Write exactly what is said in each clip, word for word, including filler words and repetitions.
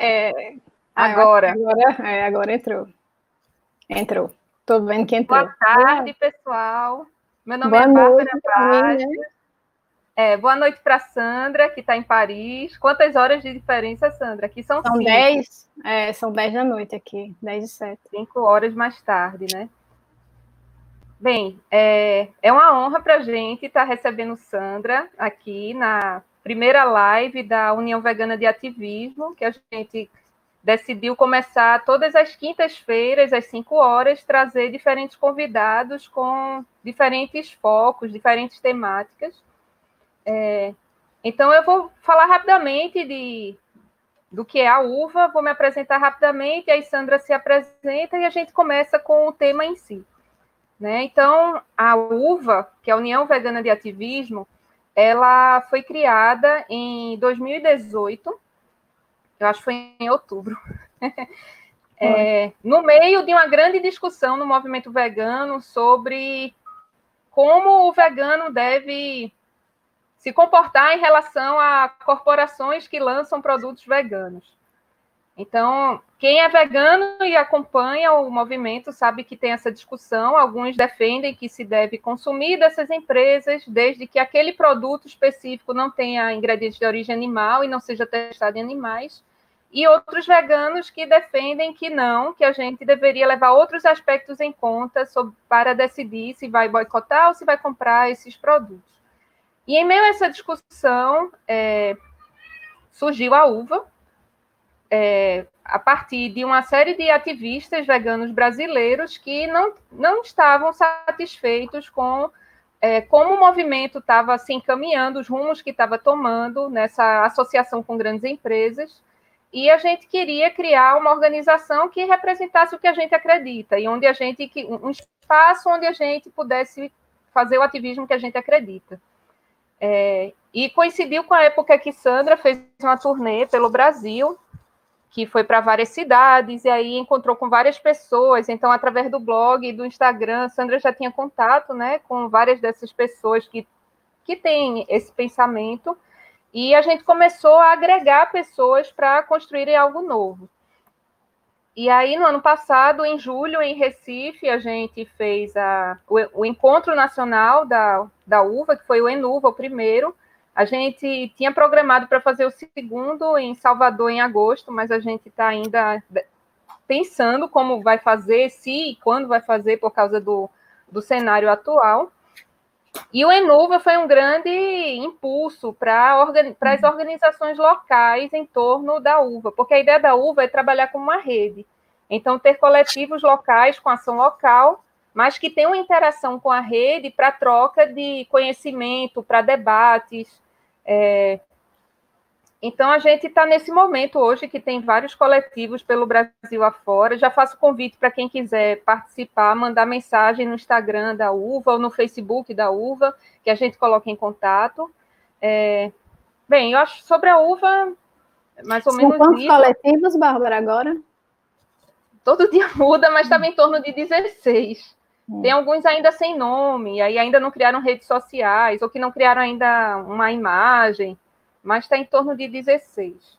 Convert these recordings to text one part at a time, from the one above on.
É, Agora. Agora, é, agora entrou. Entrou. Estou vendo que entrou. Boa tarde, pessoal. Meu nome Boa é Bárbara noite Paz. mim, né? É, boa noite para Sandra, que está em Paris. Quantas horas de diferença, Sandra? Aqui são, são cinco. dez, é, são dez da noite aqui, dez e sete. Cinco horas mais tarde, né? Bem, é, é uma honra para a gente estar recebendo Sandra aqui na primeira live da União Vegana de Ativismo, que a gente decidiu começar todas as quintas-feiras, às cinco horas, trazer diferentes convidados com diferentes focos, diferentes temáticas. É, então, eu vou falar rapidamente de, do que é a uva, vou me apresentar rapidamente, aí Sandra se apresenta e a gente começa com o tema em si. Né? Então, a uva, que é a União Vegana de Ativismo, ela foi criada em dois mil e dezoito, eu acho que foi em outubro, é, no meio de uma grande discussão no movimento vegano sobre como o vegano deve se comportar em relação a corporações que lançam produtos veganos. Então, quem é vegano e acompanha o movimento sabe que tem essa discussão. Alguns defendem que se deve consumir dessas empresas, desde que aquele produto específico não tenha ingredientes de origem animal e não seja testado em animais. E outros veganos que defendem que não, que a gente deveria levar outros aspectos em conta sobre, para decidir se vai boicotar ou se vai comprar esses produtos. E em meio a essa discussão, é, surgiu a uva, é, a partir de uma série de ativistas veganos brasileiros que não, não estavam satisfeitos com é, como o movimento estava se encaminhando, os rumos que estava tomando nessa associação com grandes empresas, e a gente queria criar uma organização que representasse o que a gente acredita, e onde a gente, um espaço onde a gente pudesse fazer o ativismo que a gente acredita. É, e coincidiu com a época que Sandra fez uma turnê pelo Brasil, que foi para várias cidades, e aí encontrou com várias pessoas. Então, através do blog e do Instagram, Sandra já tinha contato, né, com várias dessas pessoas que, que têm esse pensamento, e a gente começou a agregar pessoas para construírem algo novo. E aí, no ano passado, em julho, em Recife, a gente fez a, o, o Encontro Nacional da, da Uva, que foi o Enuva, o primeiro. A gente tinha programado para fazer o segundo em Salvador em agosto, mas a gente está ainda pensando como vai fazer, se e quando vai fazer, por causa do, do cenário atual. E o Enuva foi um grande impulso para organi- para as organizações locais em torno da uva, porque a ideia da uva é trabalhar como uma rede. Então, ter coletivos locais com ação local, mas que tenham interação com a rede para troca de conhecimento, para debates. É... Então, a gente está nesse momento hoje que tem vários coletivos pelo Brasil afora. Já faço convite para quem quiser participar, mandar mensagem no Instagram da Uva ou no Facebook da Uva, que a gente coloca em contato. É... Bem, eu acho sobre a uva, mais ou São menos quantos isso. coletivos, Bárbara, agora? Todo dia muda, mas estava em torno de dezesseis. Hum. Tem alguns ainda sem nome, aí ainda não criaram redes sociais, ou que não criaram ainda uma imagem, mas está em torno de dezesseis.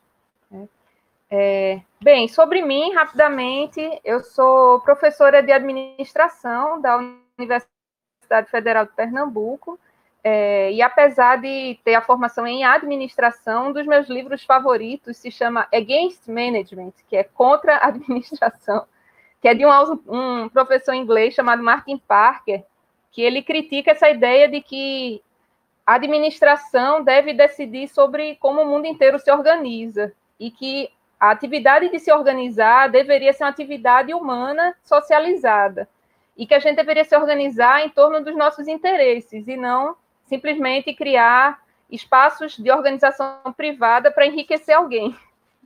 É, bem, sobre mim, rapidamente, eu sou professora de administração da Universidade Federal de Pernambuco, é, e apesar de ter a formação em administração, um dos meus livros favoritos se chama Against Management, que é contra a administração, que é de um, um professor inglês chamado Martin Parker, que ele critica essa ideia de que a administração deve decidir sobre como o mundo inteiro se organiza, e que a atividade de se organizar deveria ser uma atividade humana socializada, e que a gente deveria se organizar em torno dos nossos interesses, e não simplesmente criar espaços de organização privada para enriquecer alguém.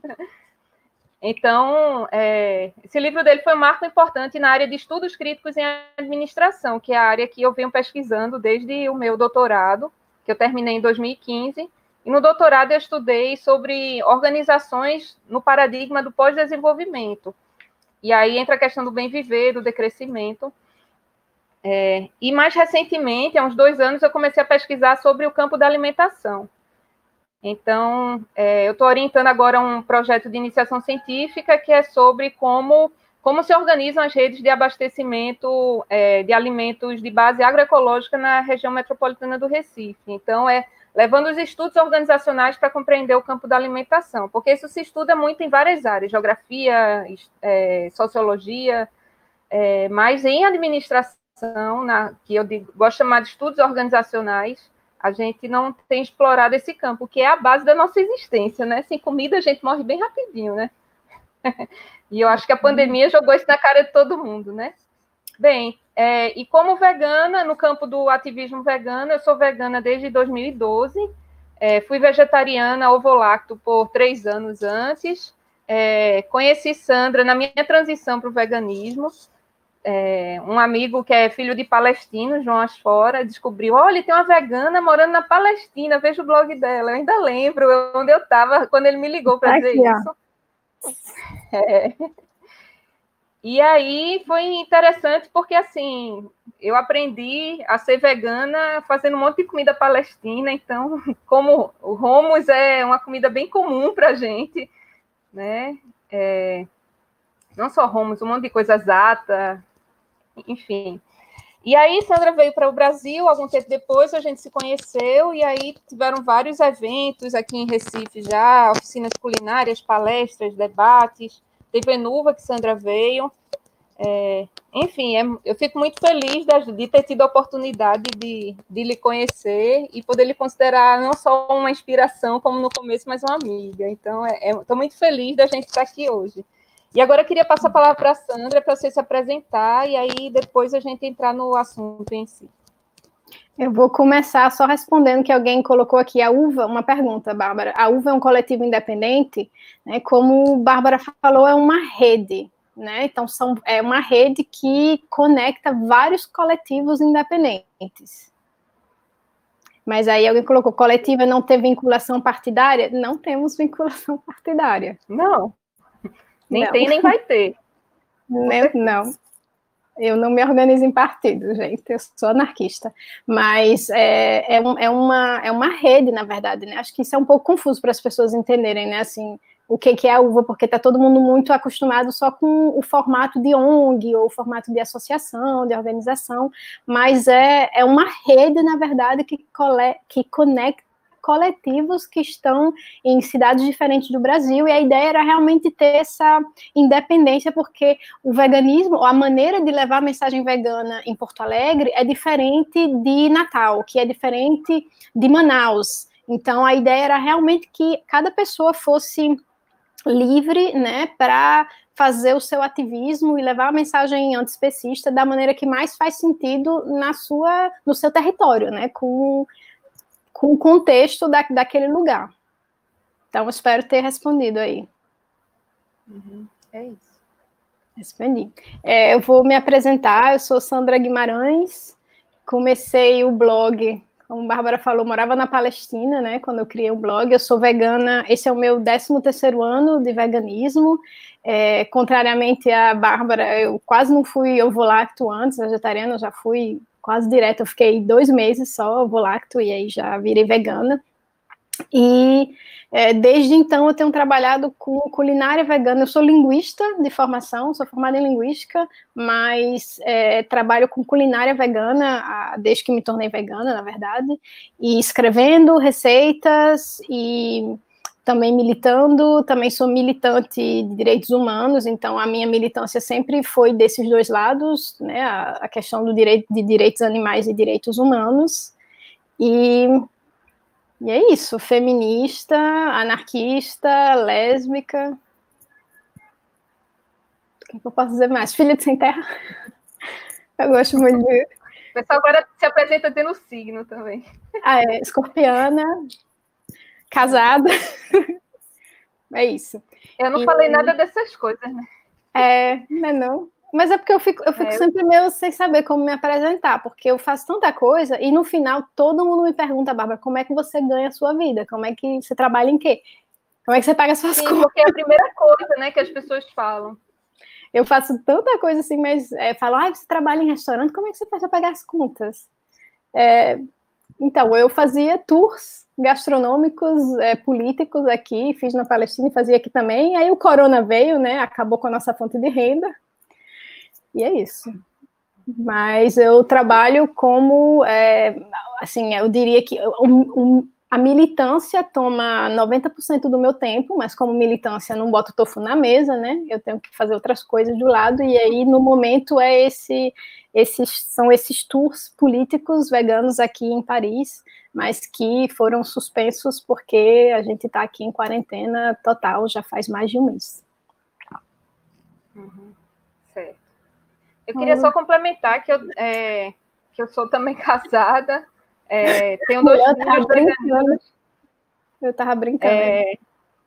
Então, é, esse livro dele foi um marco importante na área de estudos críticos em administração, que é a área que eu venho pesquisando desde o meu doutorado, que eu terminei em dois mil e quinze, e no doutorado eu estudei sobre organizações no paradigma do pós-desenvolvimento. E aí entra a questão do bem viver, do decrescimento. É, e mais recentemente, há uns dois anos, eu comecei a pesquisar sobre o campo da alimentação. Então, é, eu estou orientando agora um projeto de iniciação científica que é sobre como, como se organizam as redes de abastecimento é, de alimentos de base agroecológica na região metropolitana do Recife. Então, é levando os estudos organizacionais para compreender o campo da alimentação, porque isso se estuda muito em várias áreas, geografia, é, sociologia, é, mas em administração, na, que eu digo, gosto de chamar de estudos organizacionais, a gente não tem explorado esse campo, que é a base da nossa existência, né? Sem comida a gente morre bem rapidinho, né? E eu acho que a pandemia jogou isso na cara de todo mundo, né? Bem, é, e como vegana, no campo do ativismo vegano, eu sou vegana desde dois mil e doze, é, fui vegetariana ovo-lacto por três anos antes, é, conheci Sandra na minha transição para o veganismo, é, um amigo que é filho de palestino, João Asfora, descobriu, olha, tem uma vegana morando na Palestina, veja o blog dela, eu ainda lembro onde eu estava quando ele me ligou para dizer Aqui, isso. É. E aí foi interessante porque, assim, eu aprendi a ser vegana fazendo um monte de comida palestina, então, como o hummus é uma comida bem comum para a gente, né? É, não só hummus, um monte de coisa zata, enfim. E aí, Sandra veio para o Brasil, algum tempo depois a gente se conheceu, e aí tiveram vários eventos aqui em Recife já, oficinas culinárias, palestras, debates, teve Enuva, que Sandra veio. É, enfim, é, eu fico muito feliz de, de ter tido a oportunidade de, de lhe conhecer e poder lhe considerar não só uma inspiração, como no começo, mas uma amiga. Então, estou é, muito feliz da gente estar aqui hoje. E agora eu queria passar a palavra para a Sandra, para você se apresentar, e aí depois a gente entrar no assunto em si. Eu vou começar só respondendo que alguém colocou aqui a U V A, uma pergunta, Bárbara. A U V A é um coletivo independente, né? Como Bárbara falou, é uma rede, né? Então, são, é uma rede que conecta vários coletivos independentes. Mas aí alguém colocou, coletiva não ter vinculação partidária? Não temos vinculação partidária. Não, nem não. tem, nem vai ter. Não, não. Eu não me organizo em partido, gente, eu sou anarquista. Mas é, é, um, é, uma, é uma rede, na verdade, né? Acho que isso é um pouco confuso para as pessoas entenderem, né? Assim, o que, que é a U V A, porque está todo mundo muito acostumado só com o formato de O N G, ou o formato de associação, de organização, mas é, é uma rede, na verdade, que, cole, que conecta coletivos que estão em cidades diferentes do Brasil, e a ideia era realmente ter essa independência, porque o veganismo, a maneira de levar a mensagem vegana em Porto Alegre é diferente de Natal, que é diferente de Manaus. Então, a ideia era realmente que cada pessoa fosse livre, né, para fazer o seu ativismo e levar a mensagem antiespecista da maneira que mais faz sentido na sua, no seu território, né, com com o contexto da, daquele lugar. Então, espero ter respondido aí. Uhum, é isso. Respondi. É, eu vou me apresentar, eu sou Sandra Guimarães, comecei o blog, como a Bárbara falou, morava na Palestina, né, quando eu criei o blog, eu sou vegana, esse é o meu décimo terceiro ano de veganismo, é, contrariamente à Bárbara, eu quase não fui ovo-lacto antes, vegetariana, eu já fui quase direto, eu fiquei dois meses só ovo-lacto, e aí já virei vegana, e é, desde então eu tenho trabalhado com culinária vegana, eu sou linguista de formação, sou formada em linguística, mas é, trabalho com culinária vegana desde que me tornei vegana, na verdade, e escrevendo receitas e também militando, também sou militante de direitos humanos, então a minha militância sempre foi desses dois lados, né, a, a questão do direito, de direitos animais e direitos humanos, e, e é isso, feminista, anarquista, lésbica, o que, que eu posso dizer mais? Filha de sem terra, eu gosto muito de... O pessoal agora se apresenta tendo signo também. Ah, é, escorpiana, casada, é isso. Eu não e... falei nada dessas coisas, né? É, não é não. Mas é porque eu fico, eu fico é, sempre meio sem saber como me apresentar, porque eu faço tanta coisa e no final todo mundo me pergunta, Bárbara, como é que você ganha a sua vida? Como é que você trabalha em quê? Como é que você paga as suas Sim, contas? porque é a primeira coisa, né, que as pessoas falam. Eu faço tanta coisa assim, mas é, falam, ah, você trabalha em restaurante, como é que você faz para pagar as contas? É, Então, eu fazia tours gastronômicos, é, políticos aqui, fiz na Palestina e fazia aqui também. Aí o corona veio, né? Acabou com a nossa fonte de renda. E é isso. Mas eu trabalho como, é, assim, eu diria que um, um, a militância toma noventa por cento do meu tempo, mas como militância não boto tofu na mesa, né? Eu tenho que fazer outras coisas do lado, e aí no momento é esse, esses, são esses tours políticos veganos aqui em Paris, mas que foram suspensos porque a gente está aqui em quarentena total já faz mais de um mês. Uhum. Certo. Eu queria só complementar que eu, é, que eu sou também casada, é, tenho dois eu filhos veganos. Eu tava brincando. É...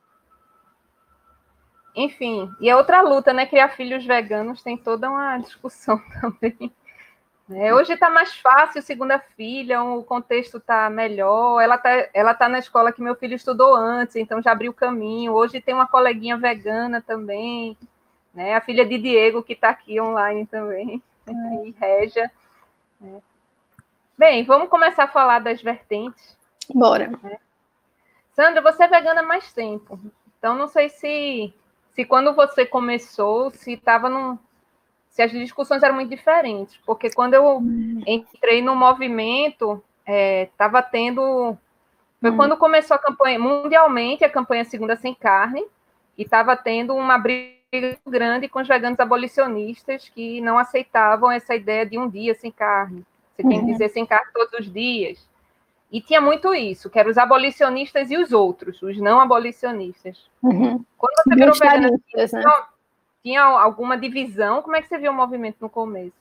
Enfim, e é outra luta, né? Criar filhos veganos tem toda uma discussão também. É, hoje está mais fácil, segunda filha, o contexto está melhor. Ela está ela tá na escola que meu filho estudou antes, então já abriu o caminho. Hoje tem uma coleguinha vegana também. Né, a filha de Diego, que está aqui online também, é. E Régia. É. Bem, vamos começar a falar das vertentes. Bora. Né? Sandra, você é vegana há mais tempo, então não sei se, se quando você começou, se estava num... se as discussões eram muito diferentes, porque quando eu hum. entrei no movimento, estava é, tendo... Foi hum. quando começou a campanha, mundialmente, a campanha Segunda Sem Carne, e estava tendo uma briga grande com os veganos abolicionistas que não aceitavam essa ideia de um dia sem carne. Você tem que dizer sem carne todos os dias. E tinha muito isso, que eram os abolicionistas e os outros, os não abolicionistas. Uhum. Quando você virou vegana, né? Tinha alguma divisão? Como é que você viu o movimento no começo?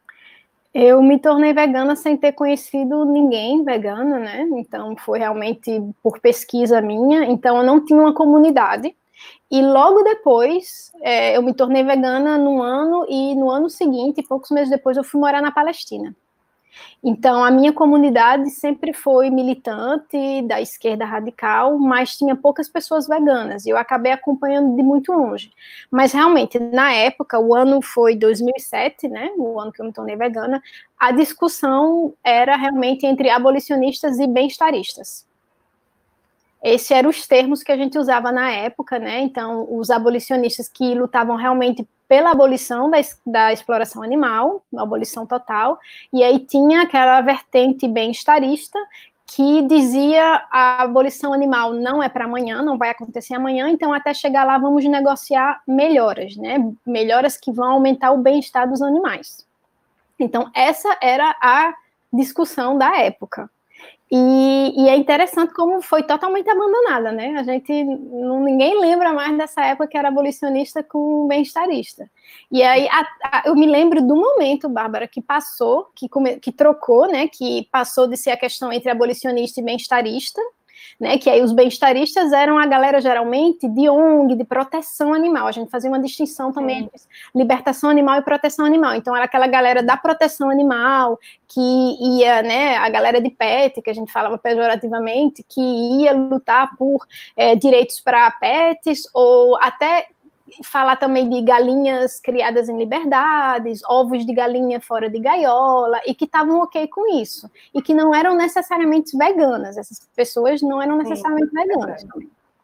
Eu me tornei vegana sem ter conhecido ninguém vegano, né? Então, foi realmente por pesquisa minha. Então, eu não tinha uma comunidade. E logo depois, é, eu me tornei vegana num ano, e no ano seguinte, poucos meses depois, eu fui morar na Palestina. Então, a minha comunidade sempre foi militante da esquerda radical, mas tinha poucas pessoas veganas, e eu acabei acompanhando de muito longe. Mas, realmente, na época, o ano foi dois mil e sete, né, o ano que eu me tornei vegana, a discussão era realmente entre abolicionistas e bem-estaristas. Esses eram os termos que a gente usava na época, né? Então, os abolicionistas que lutavam realmente pela abolição da, da exploração animal, a abolição total, e aí tinha aquela vertente bem-estarista que dizia a abolição animal não é para amanhã, não vai acontecer amanhã, então até chegar lá vamos negociar melhoras, né? Melhoras que vão aumentar o bem-estar dos animais. Então, essa era a discussão da época. E, e é interessante como foi totalmente abandonada, né? A gente, não, ninguém lembra mais dessa época que era abolicionista com bem-estarista. E aí, a, a, eu me lembro do momento, Bárbara, que passou, que, come, que trocou, né? Que passou de ser a questão entre abolicionista e bem-estarista, né, que aí os bem-estaristas eram a galera geralmente de O N G, de proteção animal. A gente fazia uma distinção também entre libertação animal e proteção animal. Então era aquela galera da proteção animal que ia, né, a galera de pet, que a gente falava pejorativamente, que ia lutar por é, direitos para pets, ou até falar também de galinhas criadas em liberdades, ovos de galinha fora de gaiola, e que estavam ok com isso, e que não eram necessariamente veganas, essas pessoas não eram necessariamente Sim, veganas. É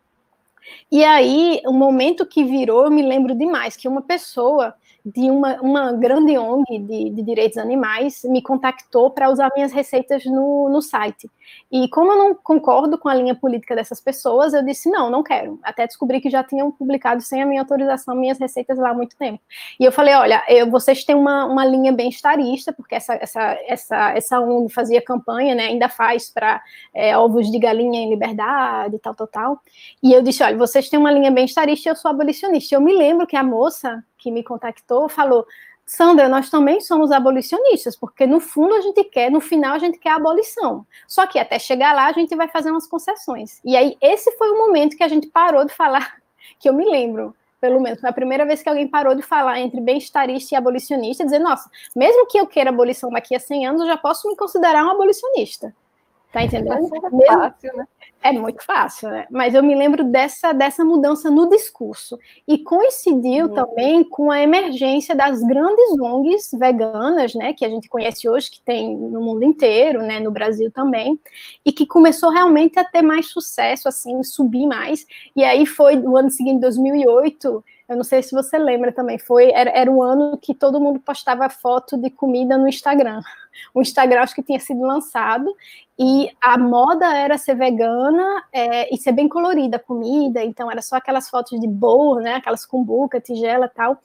e aí, o momento que virou, eu me lembro demais, que uma pessoa de uma, uma grande O N G de, de direitos animais me contactou para usar minhas receitas no, no site. E como eu não concordo com a linha política dessas pessoas, eu disse, não, não quero. Até descobri que já tinham publicado sem a minha autorização minhas receitas lá há muito tempo. E eu falei, olha, eu, vocês têm uma, uma linha bem-estarista, porque essa, essa, essa, essa O N G fazia campanha, né, ainda faz para é, ovos de galinha em liberdade, tal, tal, tal. E eu disse, olha, vocês têm uma linha bem-estarista e eu sou abolicionista. Eu me lembro que a moça que me contactou falou, Sandra, nós também somos abolicionistas, porque no fundo a gente quer, no final a gente quer a abolição. Só que até chegar lá a gente vai fazer umas concessões. E aí esse foi o momento que a gente parou de falar, que eu me lembro, pelo menos, foi a primeira vez que alguém parou de falar entre bem-estarista e abolicionista, dizer, nossa, mesmo que eu queira abolição daqui a cem anos, eu já posso me considerar um abolicionista. Tá entendendo? É fácil, né? É muito fácil, né? Mas eu me lembro dessa, dessa mudança no discurso. E coincidiu uhum. também com a emergência das grandes O N Gs veganas, né, que a gente conhece hoje, que tem no mundo inteiro, né, no Brasil também, e que começou realmente a ter mais sucesso, assim, subir mais. E aí foi no ano seguinte, dois mil e oito, eu não sei se você lembra também, foi, era, era um ano que todo mundo postava foto de comida no Instagram. O Instagram acho que tinha sido lançado, e a moda era ser vegana é, e ser bem colorida a comida, então era só aquelas fotos de bowl, né, aquelas cumbuca, tigela e tal.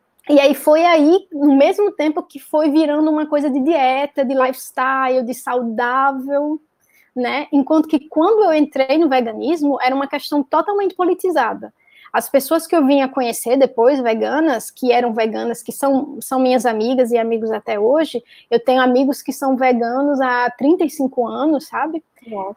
E aí foi aí, no mesmo tempo que foi virando uma coisa de dieta, de lifestyle, de saudável, né, enquanto que quando eu entrei no veganismo, era uma questão totalmente politizada. As pessoas que eu vim a conhecer depois, veganas, que eram veganas, que são, são minhas amigas e amigos até hoje, eu tenho amigos que são veganos há trinta e cinco anos, sabe? Nossa.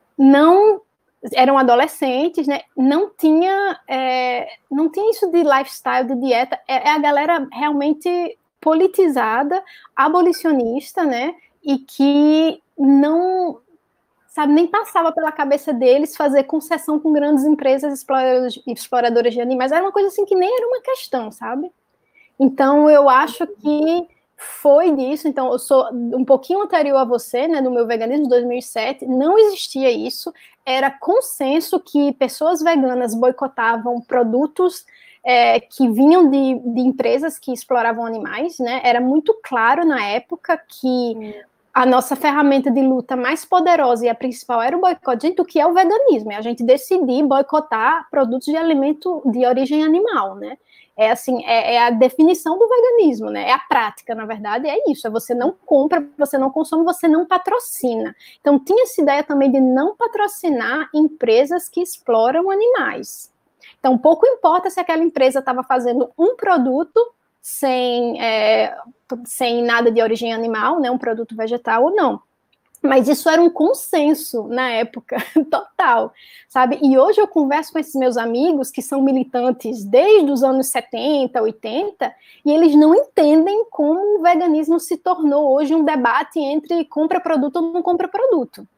Não, eram adolescentes, né? Não tinha, é, não tinha isso de lifestyle, de dieta, é, é a galera realmente politizada, abolicionista, né? E que não... sabe, nem passava pela cabeça deles fazer concessão com grandes empresas exploradoras, exploradoras de animais, era uma coisa assim que nem era uma questão, sabe? Então, eu acho que foi disso, então, eu sou um pouquinho anterior a você, né, no meu veganismo, de dois mil e sete, não existia isso, era consenso que pessoas veganas boicotavam produtos é, que vinham de, de empresas que exploravam animais, né, era muito claro na época que... Hum. A nossa ferramenta de luta mais poderosa e a principal era o boicote. Gente, o que é o veganismo? É a gente decidir boicotar produtos de alimento de origem animal, né? É assim, é, é a definição do veganismo, né? É a prática, na verdade, é isso. É você não compra, você não consome, você não patrocina. Então, tinha essa ideia também de não patrocinar empresas que exploram animais. Então, pouco importa se aquela empresa estava fazendo um produto sem, é, sem nada de origem animal, né, um produto vegetal ou não. Mas isso era um consenso na época, total, sabe? E hoje eu converso com esses meus amigos que são militantes desde os anos setenta, oitenta, e eles não entendem como o veganismo se tornou hoje um debate entre compra produto ou não compra produto.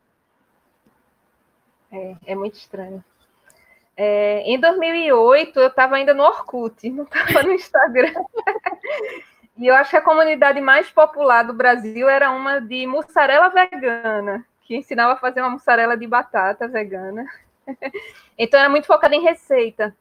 É, é muito estranho. É, em dois mil e oito, eu estava ainda no Orkut, não estava no Instagram. E eu acho que a comunidade mais popular do Brasil era uma de mussarela vegana, que ensinava a fazer uma mussarela de batata vegana. Então, era muito focada em receita.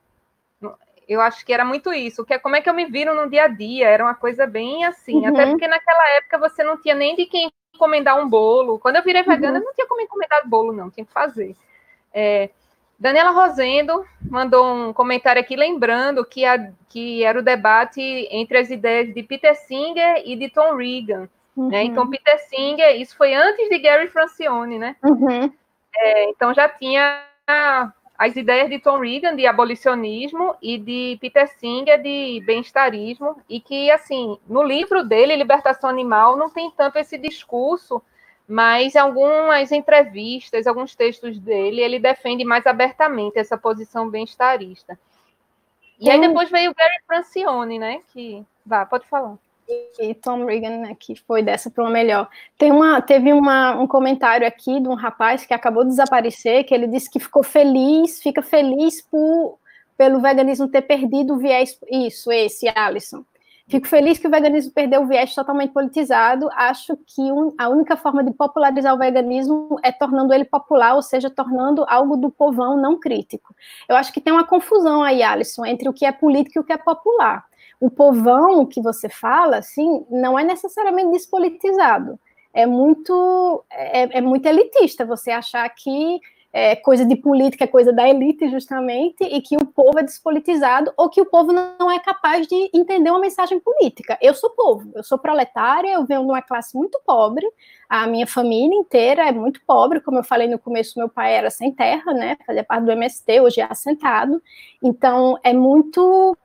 Eu acho que era muito isso. Que é como é que eu me viro no dia a dia. Era uma coisa bem assim. Uhum. Até porque naquela época você não tinha nem de quem encomendar um bolo. Quando eu virei vegana, uhum. não tinha como encomendar bolo, não. Tinha que fazer. É... Daniela Rosendo mandou um comentário aqui lembrando que, a, que era o debate entre as ideias de Peter Singer e de Tom Regan. Uhum. Né? Então, Peter Singer, isso foi antes de Gary Francione, né? Uhum. É, então, já tinha as ideias de Tom Regan de abolicionismo e de Peter Singer de bem-estarismo, e que, assim, no livro dele, Libertação Animal, não tem tanto esse discurso, mas em algumas entrevistas, alguns textos dele, ele defende mais abertamente essa posição bem-estarista. E aí depois veio o Gary Francione, né? Que... Vá, pode falar. E Tom Regan, né, que foi dessa para uma melhor. Tem uma, teve uma, um comentário aqui de um rapaz que acabou de desaparecer, que ele disse que ficou feliz, fica feliz por, pelo veganismo ter perdido o viés... Isso, esse, Alisson. Fico feliz que o veganismo perdeu o viés totalmente politizado. Acho que um, a única forma de popularizar o veganismo é tornando ele popular, ou seja, tornando algo do povão não crítico. Eu acho que tem uma confusão aí, Alisson, entre o que é político e o que é popular. O povão que você fala, assim, não é necessariamente despolitizado. É muito, é, é muito elitista você achar que é coisa de política, é coisa da elite, justamente, e que o povo é despolitizado, ou que o povo não é capaz de entender uma mensagem política. Eu sou povo, eu sou proletária, eu venho de uma classe muito pobre, a minha família inteira é muito pobre, como eu falei no começo, meu pai era sem terra, né, fazia parte do M S T, hoje é assentado, então é muito,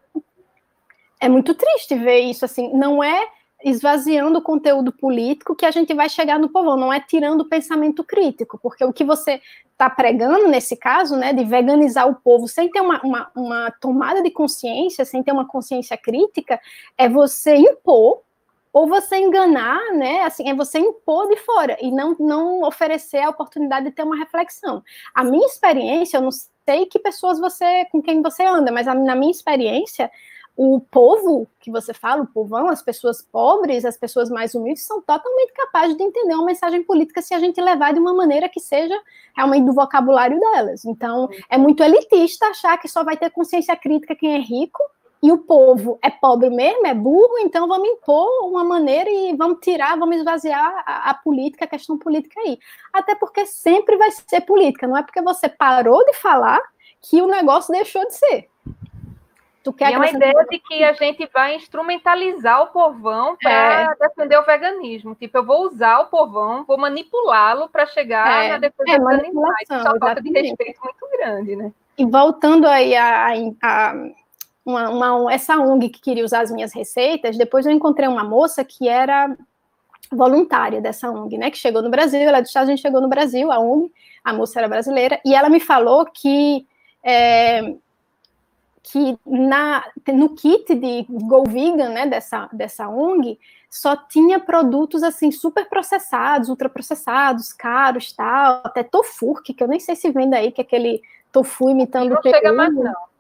é muito triste ver isso, assim, não é esvaziando o conteúdo político que a gente vai chegar no povão, não é tirando o pensamento crítico, porque o que você está pregando nesse caso, né, de veganizar o povo sem ter uma, uma, uma tomada de consciência, sem ter uma consciência crítica, é você impor ou você enganar, né, assim, é você impor de fora e não, não oferecer a oportunidade de ter uma reflexão. A minha experiência, eu não sei que pessoas você, com quem você anda, mas a, na minha experiência, o povo que você fala, o povão, as pessoas pobres, as pessoas mais humildes, são totalmente capazes de entender uma mensagem política se a gente levar de uma maneira que seja realmente do vocabulário delas. Então, é muito elitista achar que só vai ter consciência crítica quem é rico, e o povo é pobre mesmo, é burro, então vamos impor uma maneira e vamos tirar, vamos esvaziar a, a política, a questão política aí. Até porque sempre vai ser política, não é porque você parou de falar que o negócio deixou de ser. Tu quer e é uma ideia de que a gente vai instrumentalizar o povão para é. defender o veganismo. Tipo, eu vou usar o povão, vou manipulá-lo para chegar é. na defesa é, dos animais. Isso é uma falta de respeito muito grande, né? E voltando aí a... a, a Uma, uma, essa O N G que queria usar as minhas receitas, depois eu encontrei uma moça que era voluntária dessa O N G, né, que chegou no Brasil, ela é dos Estados Unidos, chegou no Brasil, a O N G, a moça era brasileira, e ela me falou que, é, que na, no kit de Go Vegan, né, dessa, dessa O N G, só tinha produtos, assim, super processados, ultraprocessados, caros, tal, até tofu, que eu nem sei se vende aí, que é aquele tofu imitando não chega mais, não.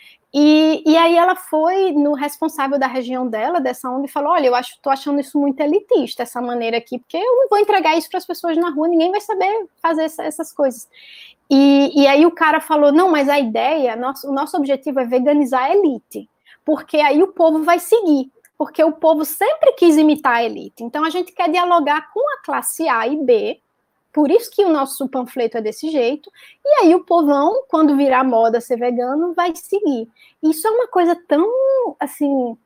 E, e aí ela foi no responsável da região dela, dessa O N G, e falou, olha, eu acho, tô achando isso muito elitista, essa maneira aqui, porque eu não vou entregar isso para as pessoas na rua, ninguém vai saber fazer essa, essas coisas. E, e aí o cara falou, não, mas a ideia, nosso, o nosso objetivo é veganizar a elite, porque aí o povo vai seguir, porque o povo sempre quis imitar a elite. Então a gente quer dialogar com a classe A e B, por isso que o nosso panfleto é desse jeito, e aí o povão, quando virar moda ser vegano, vai seguir. Isso é uma coisa tão, assim,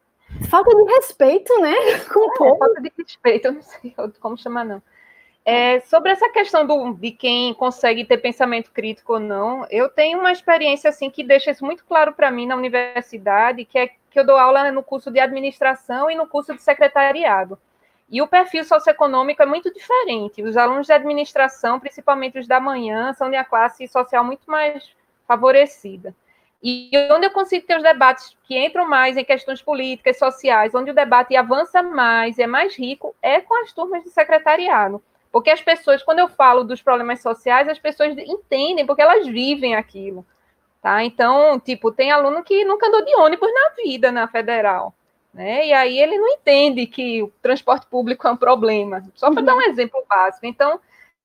falta de respeito, né, com o é, povo. Falta de respeito, eu não sei como chamar, não. É, sobre essa questão do, de quem consegue ter pensamento crítico ou não, eu tenho uma experiência, assim, que deixa isso muito claro para mim na universidade, que é que eu dou aula no curso de administração e no curso de secretariado. E o perfil socioeconômico é muito diferente. Os alunos de administração, principalmente os da manhã, são de uma classe social muito mais favorecida. E onde eu consigo ter os debates que entram mais em questões políticas, sociais, onde o debate avança mais, é mais rico, é com as turmas de secretariado. Porque as pessoas, quando eu falo dos problemas sociais, as pessoas entendem, porque elas vivem aquilo. Tá? Então, tipo, tem aluno que nunca andou de ônibus na vida, na federal. Né? E aí ele não entende que o transporte público é um problema, só para uhum. dar um exemplo básico. Então,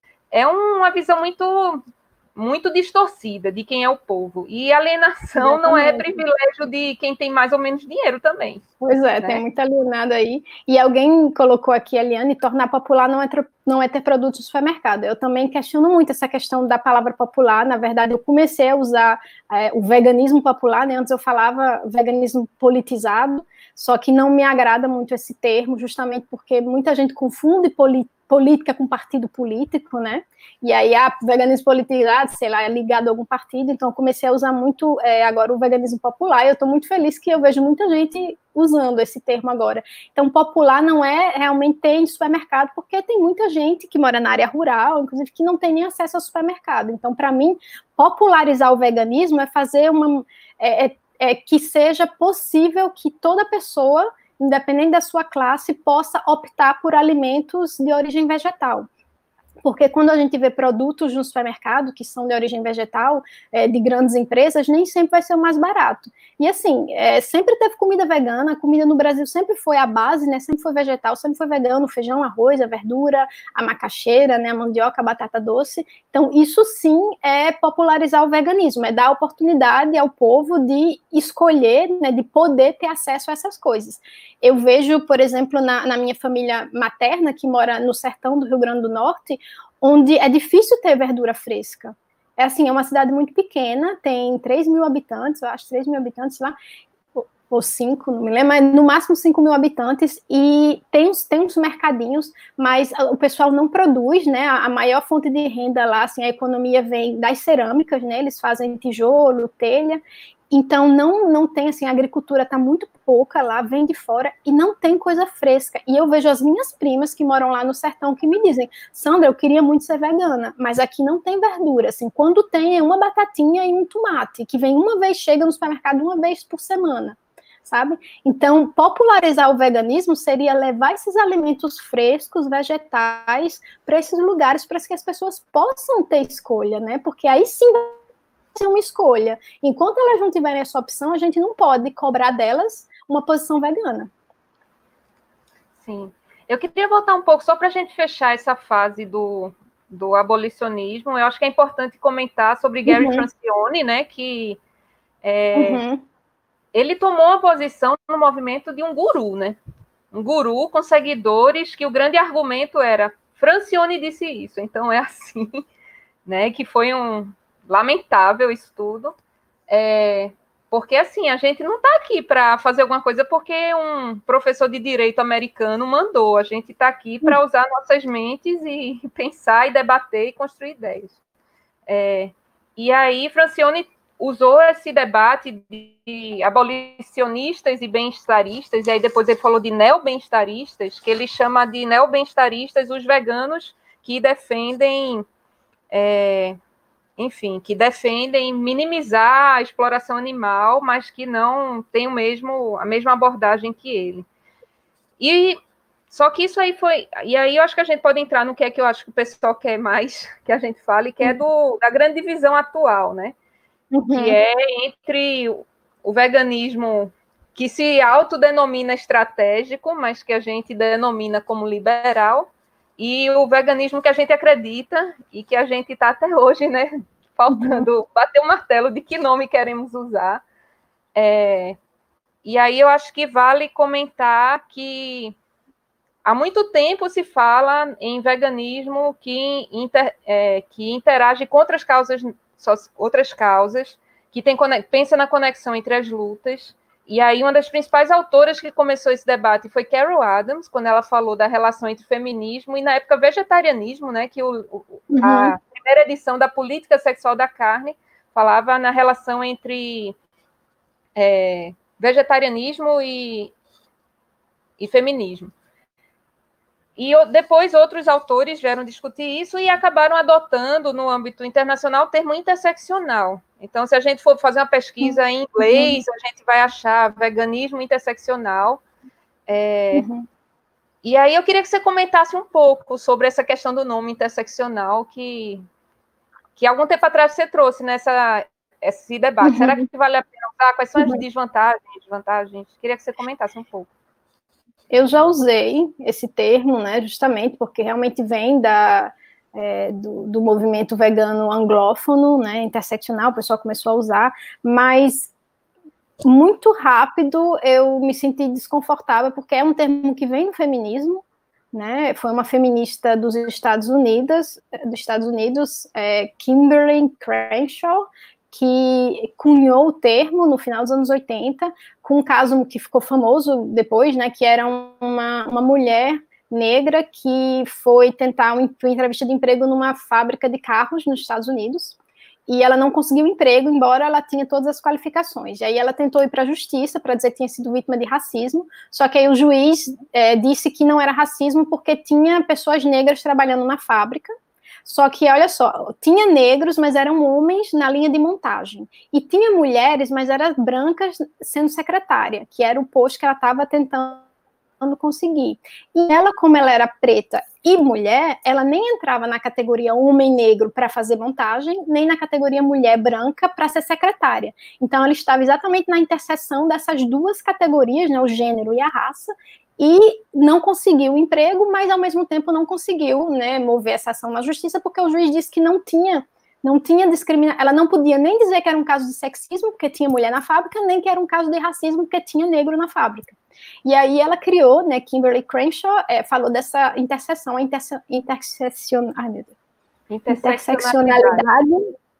é uma visão muito, muito distorcida de quem é o povo. E alienação Exatamente. Não é privilégio de quem tem mais ou menos dinheiro também. Pois é, né? Tem muito alienado aí. E alguém colocou aqui, Eliane, tornar popular não é, não é ter produtos no supermercado. Eu também questiono muito essa questão da palavra popular. Na verdade, eu comecei a usar é, o veganismo popular, né? Antes eu falava veganismo politizado, só que não me agrada muito esse termo, justamente porque muita gente confunde política política com partido político, né, e aí, ah, veganismo politizado, sei lá, é ligado a algum partido, então eu comecei a usar muito, é, agora o veganismo popular, e eu estou muito feliz que eu vejo muita gente usando esse termo agora. Então, popular não é realmente ter em supermercado, porque tem muita gente que mora na área rural, inclusive, que não tem nem acesso ao supermercado. Então, para mim, popularizar o veganismo é fazer uma... É, é, é que seja possível que toda pessoa, independente da sua classe, possa optar por alimentos de origem vegetal. Porque quando a gente vê produtos no supermercado que são de origem vegetal, é, de grandes empresas, nem sempre vai ser o mais barato. E assim, é, sempre teve comida vegana, a comida no Brasil sempre foi a base, né, sempre foi vegetal, sempre foi vegano, o feijão, arroz, a verdura, a macaxeira, né, a mandioca, a batata doce. Então, isso sim é popularizar o veganismo, é dar oportunidade ao povo de escolher, né, de poder ter acesso a essas coisas. Eu vejo, por exemplo, na, na minha família materna, que mora no sertão do Rio Grande do Norte, onde é difícil ter verdura fresca. É assim, é uma cidade muito pequena, tem três mil habitantes, eu acho três mil habitantes lá, ou cinco, não me lembro, mas no máximo cinco mil habitantes, e tem, tem uns mercadinhos, mas o pessoal não produz, né, a maior fonte de renda lá, assim, a economia vem das cerâmicas, né, eles fazem tijolo, telha, então não, não tem, assim, a agricultura está muito pouca lá, vem de fora, e não tem coisa fresca, e eu vejo as minhas primas que moram lá no sertão que me dizem, Sandra, eu queria muito ser vegana, mas aqui não tem verdura, assim, quando tem é uma batatinha e um tomate, que vem uma vez, chega no supermercado uma vez por semana, sabe? Então, popularizar o veganismo seria levar esses alimentos frescos, vegetais, para esses lugares, para que as pessoas possam ter escolha, né? Porque aí sim vai ser uma escolha. Enquanto elas não tiverem essa opção, a gente não pode cobrar delas uma posição vegana. Sim. Eu queria voltar um pouco, só para a gente fechar essa fase do, do abolicionismo. Eu acho que é importante comentar sobre Gary uhum. Francione, né, que é, uhum. ele tomou uma posição no movimento de um guru, né? Um guru com seguidores, que o grande argumento era Francione disse isso, então é assim, né? Que foi um lamentável isso tudo. É, porque, assim, a gente não está aqui para fazer alguma coisa porque um professor de direito americano mandou. A gente está aqui para usar nossas mentes e pensar e debater e construir ideias. É, e aí, Francione usou esse debate de abolicionistas e bem-estaristas, e aí depois ele falou de neo-bem-estaristas, que ele chama de neo-bem-estaristas os veganos que defendem... É, enfim, que defendem minimizar a exploração animal, mas que não tem o mesmo, a mesma abordagem que ele. E só que isso aí foi... E aí eu acho que a gente pode entrar no que é que eu acho que o pessoal quer mais que a gente fale, que é do, da grande divisão atual, né? Uhum. Que é entre o veganismo que se autodenomina estratégico, mas que a gente denomina como liberal, e o veganismo que a gente acredita e que a gente está até hoje, né, faltando uhum. bater o martelo de que nome queremos usar. É, e aí eu acho que vale comentar que há muito tempo se fala em veganismo que, inter, é, que interage com outras causas, outras causas, que tem, pensa na conexão entre as lutas. E aí, uma das principais autoras que começou esse debate foi Carol Adams, quando ela falou da relação entre feminismo e, na época, vegetarianismo, né, que o, o, uhum. a primeira edição da Política Sexual da Carne falava na relação entre é, vegetarianismo e, e feminismo. E depois outros autores vieram discutir isso e acabaram adotando, no âmbito internacional, o termo interseccional. Então, se a gente for fazer uma pesquisa em inglês, uhum. a gente vai achar veganismo interseccional. É... Uhum. E aí eu queria que você comentasse um pouco sobre essa questão do nome interseccional, que, que algum tempo atrás você trouxe nessa, esse debate. Uhum. Será que vale a pena usar? Quais são as desvantagens, desvantagens? Queria que você comentasse um pouco. Eu já usei esse termo, né, justamente porque realmente vem da, é, do, do movimento vegano anglófono, né, interseccional, o pessoal começou a usar, mas muito rápido eu me senti desconfortável, porque é um termo que vem do feminismo, né, foi uma feminista dos Estados Unidos, dos Estados Unidos, é, Kimberly Crenshaw, que cunhou o termo no final dos anos oitenta, com um caso que ficou famoso depois, né, que era uma, uma mulher negra que foi tentar uma entrevista de emprego numa fábrica de carros nos Estados Unidos, e ela não conseguiu emprego, embora ela tinha todas as qualificações. E aí ela tentou ir para a justiça para dizer que tinha sido vítima de racismo, só que aí o juiz é, disse que não era racismo porque tinha pessoas negras trabalhando na fábrica. Só que, olha só, tinha negros, mas eram homens na linha de montagem. E tinha mulheres, mas eram brancas sendo secretária, que era o posto que ela estava tentando conseguir. E ela, como ela era preta e mulher, ela nem entrava na categoria homem negro para fazer montagem, nem na categoria mulher branca para ser secretária. Então, ela estava exatamente na interseção dessas duas categorias, né, o gênero e a raça, e não conseguiu o emprego, mas ao mesmo tempo não conseguiu, né, mover essa ação na justiça, porque o juiz disse que não tinha, não tinha discriminação, ela não podia nem dizer que era um caso de sexismo, porque tinha mulher na fábrica, nem que era um caso de racismo, porque tinha negro na fábrica. E aí ela criou, né, Kimberly Crenshaw, é, falou dessa interseção, a interse interseccion... Ai, meu Deus. interseccionalidade,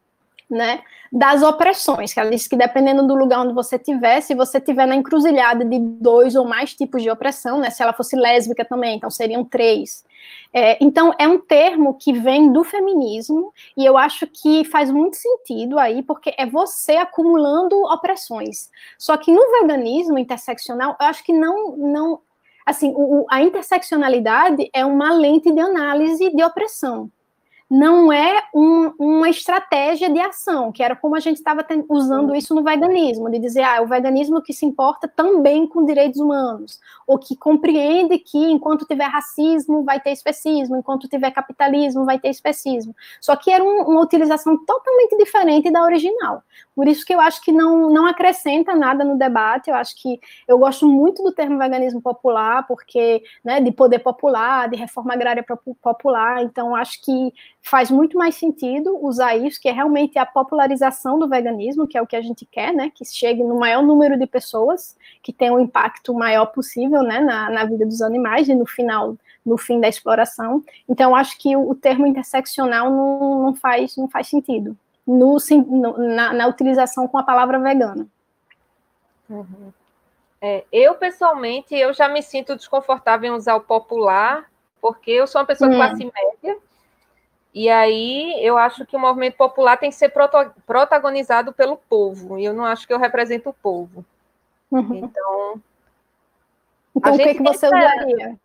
né, das opressões, que ela disse que dependendo do lugar onde você estiver, se você estiver na encruzilhada de dois ou mais tipos de opressão, né, se ela fosse lésbica também, então seriam três. É, então, é um termo que vem do feminismo, e eu acho que faz muito sentido aí, porque é você acumulando opressões. Só que no veganismo interseccional, eu acho que não... não assim, o, a interseccionalidade é uma lente de análise de opressão. não é um, uma estratégia de ação, que era como a gente estava usando isso no veganismo, de dizer, ah, o veganismo que se importa também com direitos humanos, ou que compreende que enquanto tiver racismo vai ter especismo, enquanto tiver capitalismo vai ter especismo. Só que era um, uma utilização totalmente diferente da original. Por isso que eu acho que não, não acrescenta nada no debate. Eu acho que eu gosto muito do termo veganismo popular, porque, né, de poder popular, de reforma agrária popular, então acho que faz muito mais sentido usar isso, que é realmente a popularização do veganismo, que é o que a gente quer, né, que chegue no maior número de pessoas, que tenha um impacto maior possível, né, na, na vida dos animais e no final, no fim da exploração. Então acho que o, o termo interseccional não, não, faz, não faz sentido. No, na, na utilização com a palavra vegana. Uhum. É, eu, pessoalmente, eu já me sinto desconfortável em usar o popular, porque eu sou uma pessoa de hum. classe média, e aí eu acho que o movimento popular tem que ser proto, protagonizado pelo povo, e eu não acho que eu represento o povo. Uhum. Então, então o que, que você tenta... usaria?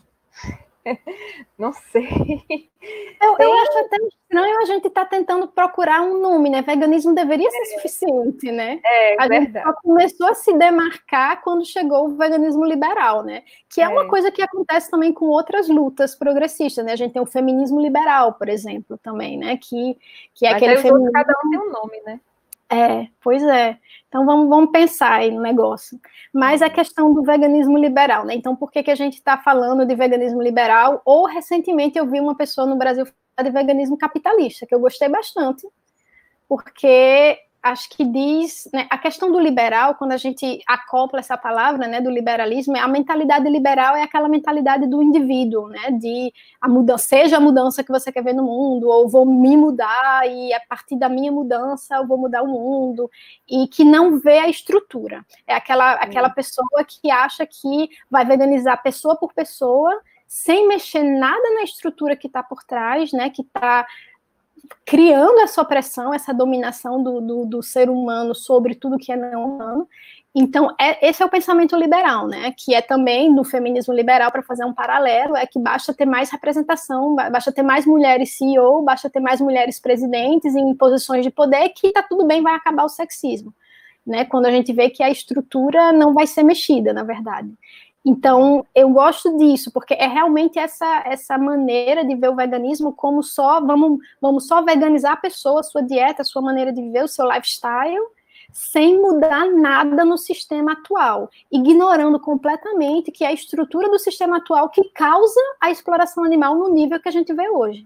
Não sei. Eu, Tem... eu acho até estranho a gente estar tá tentando procurar um nome, né? Veganismo deveria ser é. suficiente, né? É, a verdade. gente só começou a se demarcar quando chegou o veganismo liberal, né? Que é, é uma coisa que acontece também com outras lutas progressistas, né? A gente tem o feminismo liberal, por exemplo, também, né? Que, que é Mas aquele aí feminismo... cada um tem um nome, né? É, pois é. Então vamos, vamos pensar aí no negócio. Mas a questão do veganismo liberal, né? Então por que, que a gente está falando de veganismo liberal? Ou recentemente eu vi uma pessoa no Brasil falar de veganismo capitalista, que eu gostei bastante, porque acho que diz, né, a questão do liberal, quando a gente acopla essa palavra, né, do liberalismo, a mentalidade liberal é aquela mentalidade do indivíduo, né, de a mudança, seja a mudança que você quer ver no mundo, ou vou me mudar e a partir da minha mudança eu vou mudar o mundo, e que não vê a estrutura. É aquela, aquela pessoa que acha que vai veganizar pessoa por pessoa, sem mexer nada na estrutura que está por trás, né, que está criando essa opressão, essa dominação do, do, do ser humano sobre tudo que é não humano. Então, é, esse é o pensamento liberal, né? Que é também do feminismo liberal, para fazer um paralelo, é que basta ter mais representação, basta ter mais mulheres C E O, basta ter mais mulheres presidentes em posições de poder, que tá tudo bem, vai acabar o sexismo, né? Quando a gente vê que a estrutura não vai ser mexida, na verdade. Então, eu gosto disso, porque é realmente essa, essa maneira de ver o veganismo como só, vamos, vamos só veganizar a pessoa, a sua dieta, a sua maneira de viver, o seu lifestyle, sem mudar nada no sistema atual, ignorando completamente que é a estrutura do sistema atual que causa a exploração animal no nível que a gente vê hoje.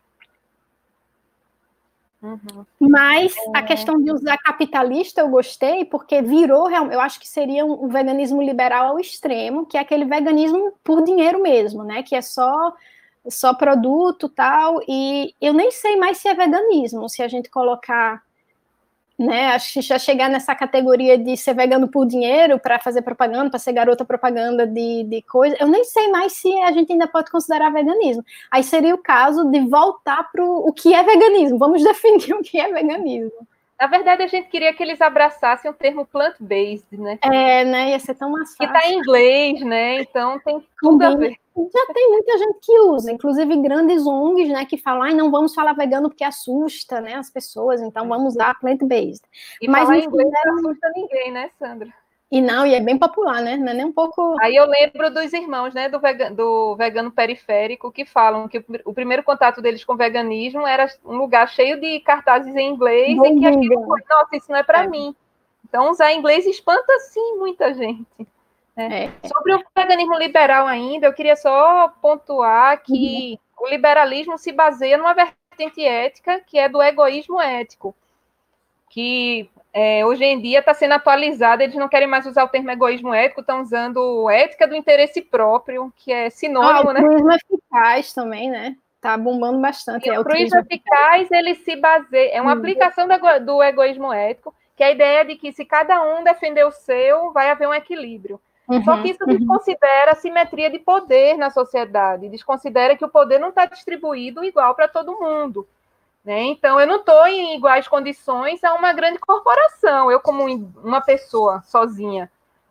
Uhum. Mas a questão de usar capitalista eu gostei, porque virou, eu acho que seria um veganismo liberal ao extremo, que é aquele veganismo por dinheiro mesmo, né? Que é só, só produto e tal, e eu nem sei mais se é veganismo, se a gente colocar, né? Acho que já chegar nessa categoria de ser vegano por dinheiro, para fazer propaganda, para ser garota propaganda de, de coisa, eu nem sei mais se a gente ainda pode considerar veganismo. Aí seria o caso de voltar para o que é veganismo. Vamos definir o que é veganismo. Na verdade, a gente queria que eles abraçassem o termo plant-based, né? É, né? Ia ser tão mais fácil. Que está em inglês, né? Então tem tudo a ver. Já tem muita gente que usa, inclusive grandes O N Gs, né? Que falam, ai, não vamos falar vegano porque assusta, né? As pessoas, então vamos usar plant-based. E Mas falar em inglês não assusta ninguém, né, Sandra? E não, e é bem popular, né? Não é nem um pouco... Aí eu lembro dos irmãos, né, do vegano, do vegano periférico, que falam que o primeiro contato deles com o veganismo era um lugar cheio de cartazes em inglês Bom e que aquilo foi, nossa, isso não é para é. mim. Então, usar inglês espanta, sim, muita gente. Né? É. Sobre o veganismo liberal ainda, eu queria só pontuar que uhum. o liberalismo se baseia numa vertente ética, que é do egoísmo ético, que... É, hoje em dia está sendo atualizada, eles não querem mais usar o termo egoísmo ético, estão usando ética do interesse próprio, que é sinônimo, ah, o né? O altruísmo eficaz também, né? Está bombando bastante. E é, o altruísmo eficaz, ele se baseia, é uma hum. aplicação do, do egoísmo ético, que é a ideia de que se cada um defender o seu, vai haver um equilíbrio. Uhum, Só que isso uhum. desconsidera a simetria de poder na sociedade, desconsidera que o poder não está distribuído igual para todo mundo. Né? Então, eu não estou em iguais condições a uma grande corporação, eu como uma pessoa sozinha.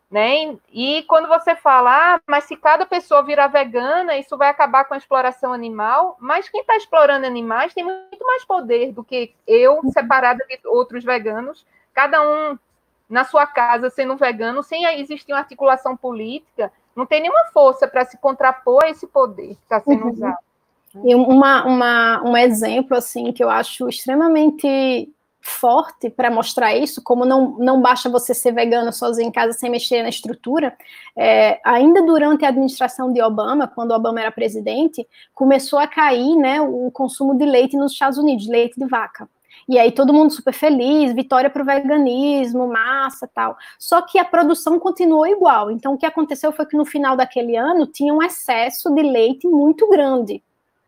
né? E quando você fala, ah, mas se cada pessoa virar vegana, isso vai acabar com a exploração animal, mas quem está explorando animais tem muito mais poder do que eu, separada de outros veganos, cada um na sua casa sendo vegano, sem existir uma articulação política, não tem nenhuma força para se contrapor a esse poder que está sendo uhum. usado. E uma, uma, um exemplo, assim, que eu acho extremamente forte para mostrar isso, como não, não basta você ser vegano sozinho em casa sem mexer na estrutura, é, ainda durante a administração de Obama, quando Obama era presidente, começou a cair, né, o consumo de leite nos Estados Unidos, leite de vaca. E aí todo mundo super feliz, vitória para o veganismo, massa, tal. Só que a produção continuou igual. Então o que aconteceu foi que no final daquele ano tinha um excesso de leite muito grande,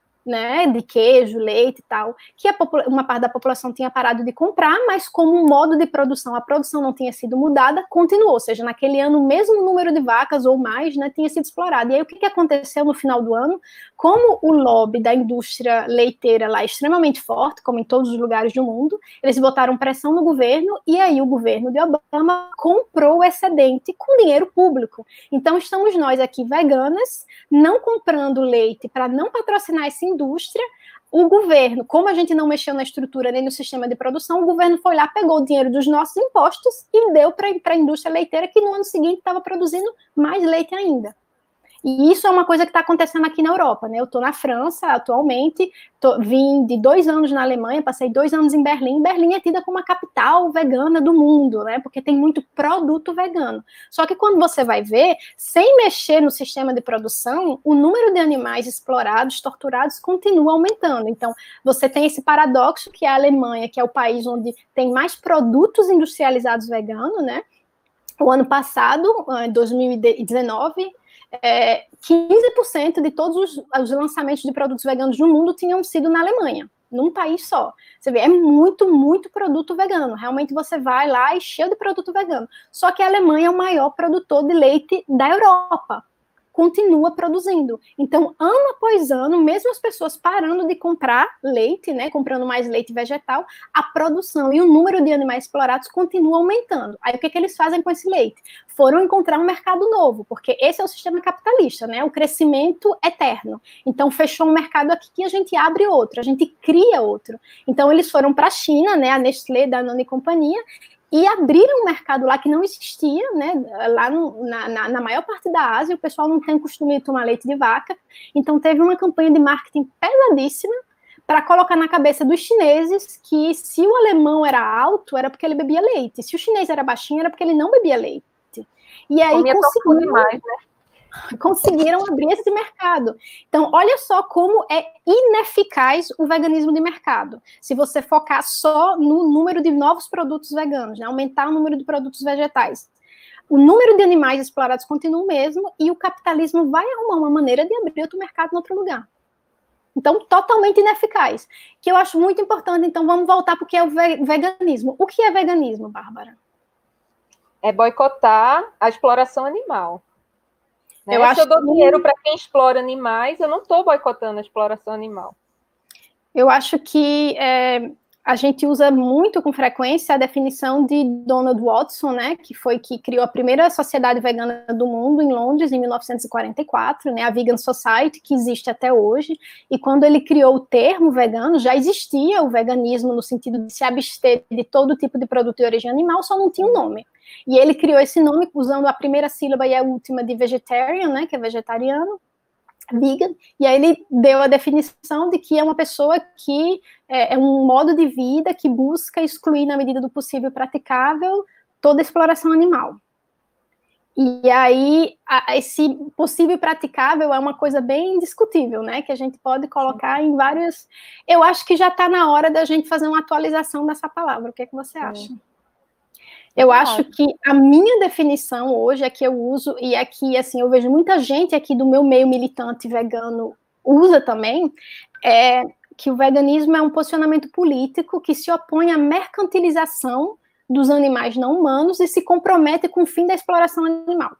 né, de queijo, leite e tal, que a uma parte da população tinha parado de comprar, mas como um modo de produção, a produção não tinha sido mudada, continuou, ou seja, naquele ano o mesmo número de vacas ou mais, né, tinha sido explorado. E aí o que, que aconteceu no final do ano? Como o lobby da indústria leiteira lá é extremamente forte, como em todos os lugares do mundo, eles botaram pressão no governo, e aí o governo de Obama comprou o excedente com dinheiro público. Então estamos nós aqui veganas, não comprando leite para não patrocinar esse indústria, o governo, como a gente não mexeu na estrutura nem no sistema de produção, o governo foi lá, pegou o dinheiro dos nossos impostos e deu para a indústria leiteira, que no ano seguinte estava produzindo mais leite ainda. E isso é uma coisa que está acontecendo aqui na Europa, né? Eu estou na França atualmente, tô, vim de dois anos na Alemanha, passei dois anos em Berlim. Berlim é tida como a capital vegana do mundo, né? Porque tem muito produto vegano. Só que quando você vai ver, sem mexer no sistema de produção, o número de animais explorados, torturados, continua aumentando. Então, você tem esse paradoxo que é a Alemanha, que é o país onde tem mais produtos industrializados veganos, né? O ano passado, em dois mil e dezenove, É, quinze por cento de todos os, os lançamentos de produtos veganos no mundo tinham sido na Alemanha, num país só. Você vê, é muito, muito produto vegano. Realmente você vai lá e cheio de produto vegano. Só que a Alemanha é o maior produtor de leite da Europa. Continua produzindo. Então, ano após ano, mesmo as pessoas parando de comprar leite, né, comprando mais leite vegetal, a produção e o número de animais explorados continua aumentando. Aí, o que, que eles fazem com esse leite? Foram encontrar um mercado novo, porque esse é o sistema capitalista, né, o crescimento eterno. Então, fechou um mercado aqui e a gente abre outro, a gente cria outro. Então, eles foram para a China, né, a Nestlé, Danone e companhia, e abriram um mercado lá que não existia, né, lá no, na, na, na maior parte da Ásia, o pessoal não tem costume de tomar leite de vaca, então teve uma campanha de marketing pesadíssima para colocar na cabeça dos chineses que se o alemão era alto, era porque ele bebia leite, se o chinês era baixinho, era porque ele não bebia leite. E aí conseguiram, demais, né? conseguiram abrir esse mercado. Então, olha só como é ineficaz o veganismo de mercado. Se você focar só no número de novos produtos veganos, né? Aumentar o número de produtos vegetais. O número de animais explorados continua o mesmo e o capitalismo vai arrumar uma maneira de abrir outro mercado em outro lugar. Então, totalmente ineficaz. Que eu acho muito importante. Então, vamos voltar para o que é o veganismo. O que é veganismo, Bárbara? É boicotar a exploração animal. Né? Eu Se acho eu dou que... dinheiro para quem explora animais, eu não estou boicotando a exploração animal. Eu acho que é, a gente usa muito com frequência a definição de Donald Watson, né, que foi que criou a primeira sociedade vegana do mundo em Londres, em mil novecentos e quarenta e quatro, né, a Vegan Society, que existe até hoje, e quando ele criou o termo vegano, já existia o veganismo no sentido de se abster de todo tipo de produto de origem animal, só não tinha um nome. E ele criou esse nome usando a primeira sílaba e a última de vegetarian, né, que é vegetariano, vegan, e aí ele deu a definição de que é uma pessoa que é, é um modo de vida que busca excluir, na medida do possível praticável, toda a exploração animal. E aí, a, esse possível praticável é uma coisa bem discutível, né, que a gente pode colocar em vários... Eu acho que já está na hora da gente fazer uma atualização dessa palavra. O que é que você acha? Sim. Eu acho que a minha definição hoje é que eu uso, e aqui, assim, eu vejo muita gente aqui do meu meio militante vegano usa também, é que o veganismo é um posicionamento político que se opõe à mercantilização dos animais não humanos e se compromete com o fim da exploração animal.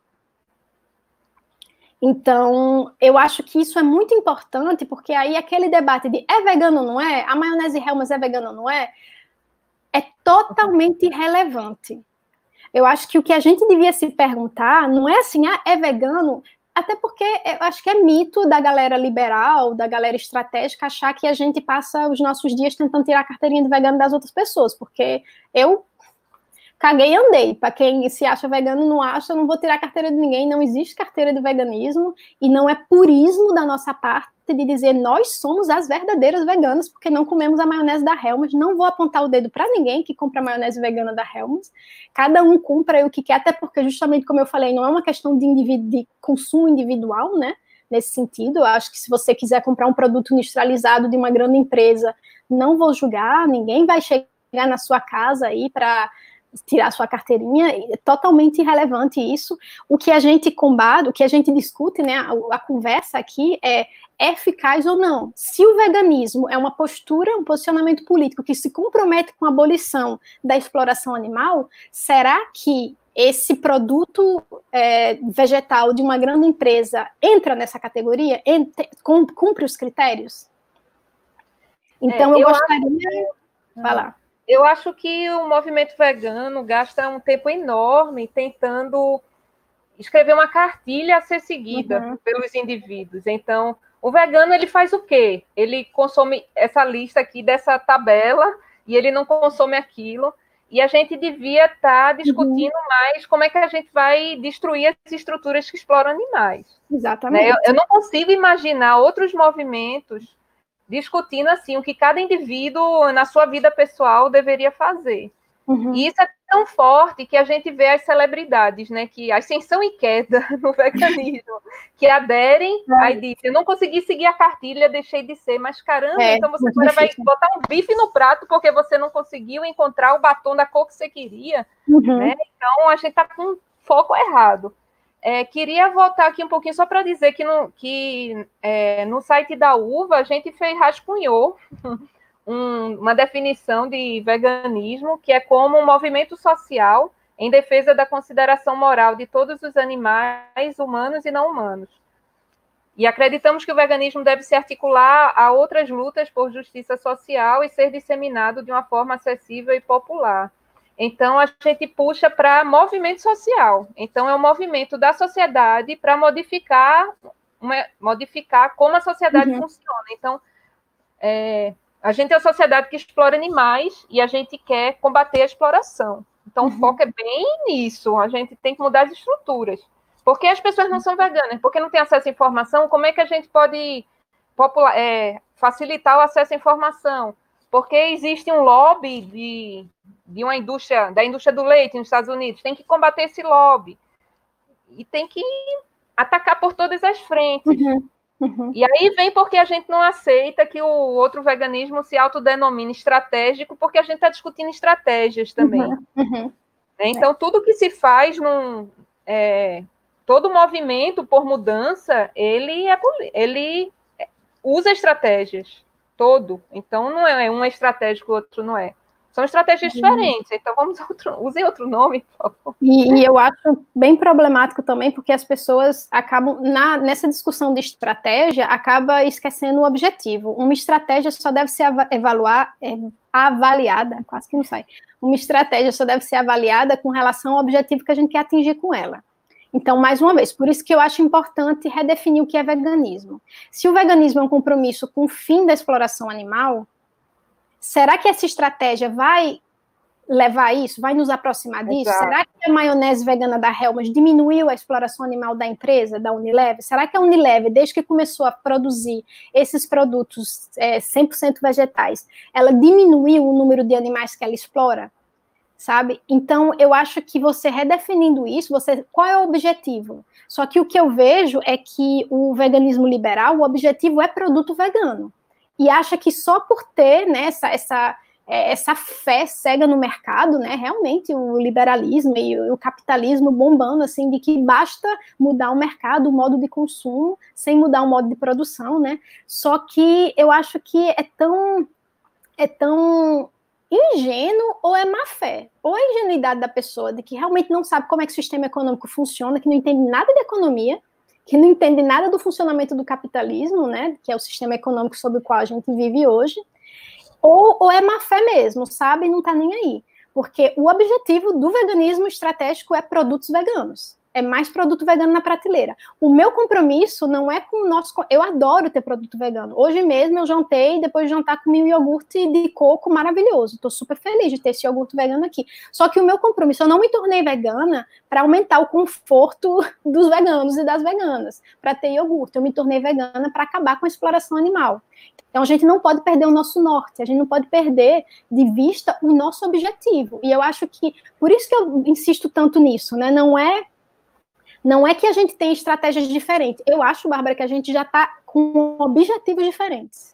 Então, eu acho que isso é muito importante, porque aí aquele debate de é vegano ou não é? A maionese Hellmann's é vegana ou não é? É totalmente irrelevante. Eu acho que o que a gente devia se perguntar não é assim, ah, é vegano? Até porque eu acho que é mito da galera liberal, da galera estratégica, achar que a gente passa os nossos dias tentando tirar a carteirinha de vegano das outras pessoas, porque eu caguei e andei. Para quem se acha vegano, não acha, eu não vou tirar a carteira de ninguém, não existe carteira de veganismo, e não é purismo da nossa parte de dizer nós somos as verdadeiras veganas, porque não comemos a maionese da Hellmann's. Não vou apontar o dedo para ninguém que compra a maionese vegana da Hellmann's. Cada um compra o que quer, até porque, justamente como eu falei, não é uma questão de, indivíduo, de consumo individual, né? Nesse sentido, eu acho que se você quiser comprar um produto industrializado de uma grande empresa, não vou julgar, ninguém vai chegar na sua casa aí para tirar sua carteirinha, é totalmente irrelevante isso. O que a gente combate, o que a gente discute, né, a, a conversa aqui é eficaz ou não. Se o veganismo é uma postura, um posicionamento político que se compromete com a abolição da exploração animal, será que esse produto é, vegetal de uma grande empresa entra nessa categoria? Entra, cumpre os critérios? Então, é, eu, eu gostaria... Que... falar. Eu acho que o movimento vegano gasta um tempo enorme tentando escrever uma cartilha a ser seguida uhum. pelos indivíduos. Então, o vegano, ele faz o quê? Ele consome essa lista aqui dessa tabela e ele não consome aquilo. E a gente devia estar discutindo uhum. mais como é que a gente vai destruir as estruturas que exploram animais. Exatamente. Né? Eu, eu não consigo imaginar outros movimentos discutindo assim o que cada indivíduo na sua vida pessoal deveria fazer. Uhum. E isso é tão forte que a gente vê as celebridades, né, que ascensão e queda no veganismo, que aderem, é. aí diz, eu não consegui seguir a cartilha, deixei de ser, mas caramba, é, então você agora vai botar um bife no prato porque você não conseguiu encontrar o batom da cor que você queria, uhum. né? Então a gente está com foco errado. É, queria voltar aqui um pouquinho só para dizer que, no, que é, no site da U V A a gente fez, rascunhou um, uma definição de veganismo, que é como um movimento social em defesa da consideração moral de todos os animais, humanos e não humanos. E acreditamos que o veganismo deve se articular a outras lutas por justiça social e ser disseminado de uma forma acessível e popular. Então, a gente puxa para movimento social. Então, é um movimento da sociedade para modificar, uma, modificar como a sociedade uhum. funciona. Então, é, a gente é uma sociedade que explora animais e a gente quer combater a exploração. Então, uhum. o foco é bem nisso. A gente tem que mudar as estruturas. Por que as pessoas não são veganas? Porque não têm acesso à informação? Como é que a gente pode popular, é, facilitar o acesso à informação? Porque existe um lobby de, de uma indústria, da indústria do leite nos Estados Unidos, tem que combater esse lobby. E tem que atacar por todas as frentes. Uhum, uhum. E aí vem porque a gente não aceita que o outro veganismo se autodenomine estratégico, porque a gente está discutindo estratégias também. Uhum, uhum. Então, tudo que se faz, num, é, todo movimento por mudança, ele, é, ele usa estratégias. Todo. Então, não é um estratégico, o outro não é. São estratégias uhum. diferentes. Então, vamos outro, use outro nome, por favor. E, e eu acho bem problemático também, porque as pessoas acabam, na, nessa discussão de estratégia, acaba esquecendo o objetivo. Uma estratégia só deve ser evaluar, é, avaliada, quase que não sai. Uma estratégia só deve ser avaliada com relação ao objetivo que a gente quer atingir com ela. Então, mais uma vez, por isso que eu acho importante redefinir o que é veganismo. Se o veganismo é um compromisso com o fim da exploração animal, será que essa estratégia vai levar a isso? Vai nos aproximar disso? Exato. Será que a maionese vegana da Hellmann's diminuiu a exploração animal da empresa, da Unilever? Será que a Unilever, desde que começou a produzir esses produtos é, cem por cento vegetais, ela diminuiu o número de animais que ela explora? Sabe? Então, eu acho que você redefinindo isso, você, qual é o objetivo? Só que o que eu vejo é que o veganismo liberal, o objetivo é produto vegano. E acha que só por ter, né, essa, essa, essa fé cega no mercado, né, realmente o liberalismo e o capitalismo bombando, assim, de que basta mudar o mercado, o modo de consumo, sem mudar o modo de produção, né? Só que eu acho que é tão... É tão ingênuo ou é má fé, ou a ingenuidade da pessoa de que realmente não sabe como é que o sistema econômico funciona, que não entende nada de economia, que não entende nada do funcionamento do capitalismo, né, que é o sistema econômico sob o qual a gente vive hoje, ou, ou é má fé mesmo, sabe, e não tá nem aí. porque o objetivo do veganismo estratégico é produtos veganos. É mais produto vegano na prateleira. O meu compromisso não é com o nosso... Eu adoro ter produto vegano. Hoje mesmo eu jantei, depois de jantar comi um iogurte de coco maravilhoso. Estou super feliz de ter esse iogurte vegano aqui. Só que o meu compromisso, eu não me tornei vegana para aumentar o conforto dos veganos e das veganas, para ter iogurte. Eu me tornei vegana para acabar com a exploração animal. Então, a gente não pode perder o nosso norte, a gente não pode perder de vista o nosso objetivo. E eu acho que, por isso que eu insisto tanto nisso, né? Não é Não é que a gente tem estratégias diferentes. Eu acho, Bárbara, que a gente já está com objetivos diferentes.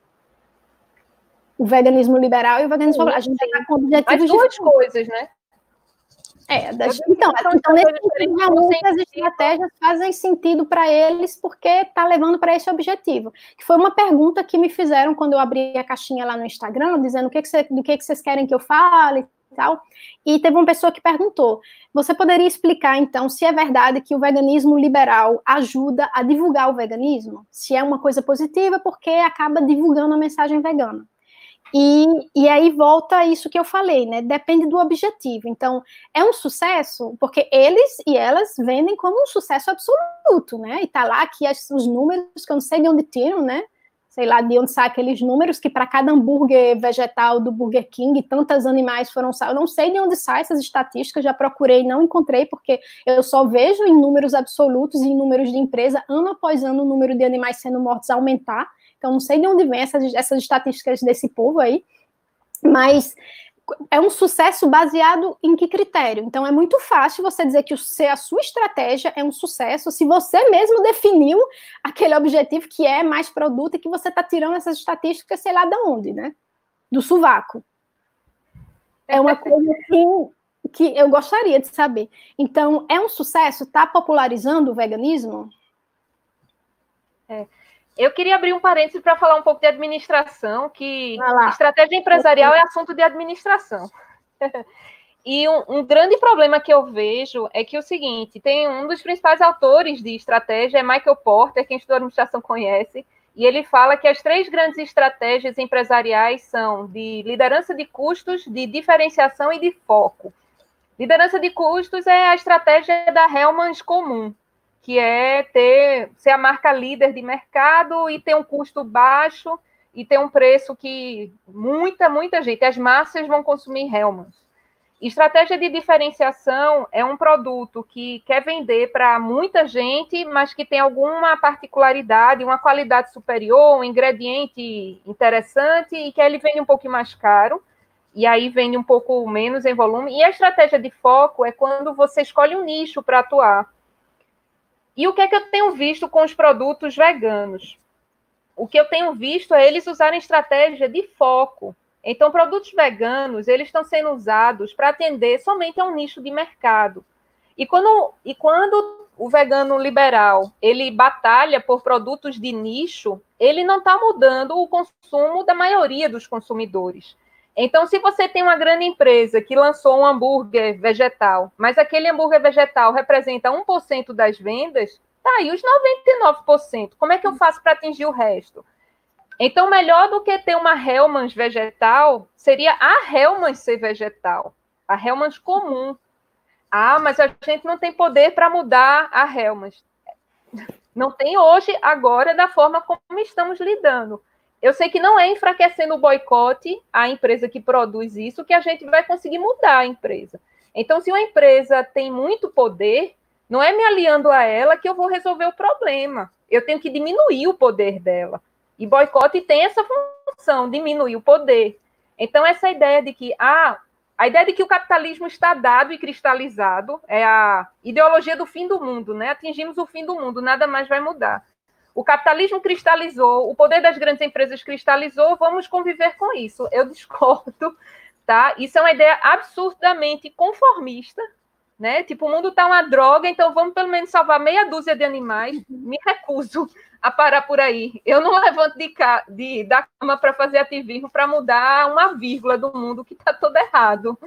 O veganismo liberal e o veganismo popular. A gente já está com objetivos As duas diferentes. coisas, né? É, das... então, então nesse sentido, realmente as estratégias fazem sentido para eles porque está levando para esse objetivo. Que foi uma pergunta que me fizeram quando eu abri a caixinha lá no Instagram, dizendo o que que você, do que, que vocês querem que eu fale e tal. E teve uma pessoa que perguntou, você poderia explicar, então, se é verdade que o veganismo liberal ajuda a divulgar o veganismo? Se é uma coisa positiva, porque acaba divulgando a mensagem vegana. E, e aí volta isso que eu falei, né? Depende do objetivo. Então, é um sucesso, porque eles e elas vendem como um sucesso absoluto, né? E tá lá aqui as, os números que eu não sei de onde tiram, né? Sei lá de onde saem aqueles números que para cada hambúrguer vegetal do Burger King, tantos animais foram salvos. Eu não sei de onde saem essas estatísticas, já procurei, não encontrei, porque eu só vejo em números absolutos e em números de empresa, ano após ano, o número de animais sendo mortos aumentar. Então, não sei de onde vem essas, essas estatísticas desse povo aí, mas é um sucesso baseado em que critério? Então, é muito fácil você dizer que o, se a sua estratégia é um sucesso se você mesmo definiu aquele objetivo que é mais produto e que você está tirando essas estatísticas, sei lá de onde, né? Do sovaco. É uma coisa assim que eu gostaria de saber. Então, é um sucesso? Está popularizando o veganismo? É. Eu queria abrir um parênteses para falar um pouco de administração, que estratégia empresarial é assunto de administração. E um, um grande problema que eu vejo é que é o seguinte, tem um dos principais autores de estratégia, é Michael Porter, quem estudou administração conhece, e ele fala que as três grandes estratégias empresariais são de liderança de custos, de diferenciação e de foco. Liderança de custos é a estratégia da Hellmann's comum, que é ter, ser a marca líder de mercado e ter um custo baixo e ter um preço que muita, muita gente, as massas vão consumir Hellmann's. Estratégia de diferenciação é um produto que quer vender para muita gente, mas que tem alguma particularidade, uma qualidade superior, um ingrediente interessante e que ele vende um pouquinho mais caro, e aí vende um pouco menos em volume. E a estratégia de foco é quando você escolhe um nicho para atuar. E o que é que eu tenho visto com os produtos veganos? O que eu tenho visto é eles usarem estratégia de foco. Então, produtos veganos, eles estão sendo usados para atender somente a um nicho de mercado. E quando, e quando o vegano liberal, ele batalha por produtos de nicho, ele não está mudando o consumo da maioria dos consumidores. Então, se você tem uma grande empresa que lançou um hambúrguer vegetal, mas aquele hambúrguer vegetal representa um por cento das vendas, tá aí os noventa e nove por cento. Como é que eu faço para atingir o resto? Então, melhor do que ter uma Hellmann's vegetal, seria a Hellmann's ser vegetal, a Hellmann's comum. Ah, mas a gente não tem poder para mudar a Hellmann's. Não tem hoje, agora, da forma como estamos lidando. Eu sei que não é enfraquecendo o boicote a empresa que produz isso que a gente vai conseguir mudar a empresa. Então, se uma empresa tem muito poder, não é me aliando a ela que eu vou resolver o problema. Eu tenho que diminuir o poder dela. E boicote tem essa função, diminuir o poder. Então, essa ideia de que ah, a ideia de que o capitalismo está dado e cristalizado é a ideologia do fim do mundo, né? Atingimos o fim do mundo, nada mais vai mudar. O capitalismo cristalizou, o poder das grandes empresas cristalizou, vamos conviver com isso. Eu discordo, tá? Isso é uma ideia absurdamente conformista, né? Tipo, o mundo está uma droga, então vamos pelo menos salvar meia dúzia de animais. Me recuso a parar por aí. Eu não levanto de, de, da cama para fazer ativismo para mudar uma vírgula do mundo que está todo errado.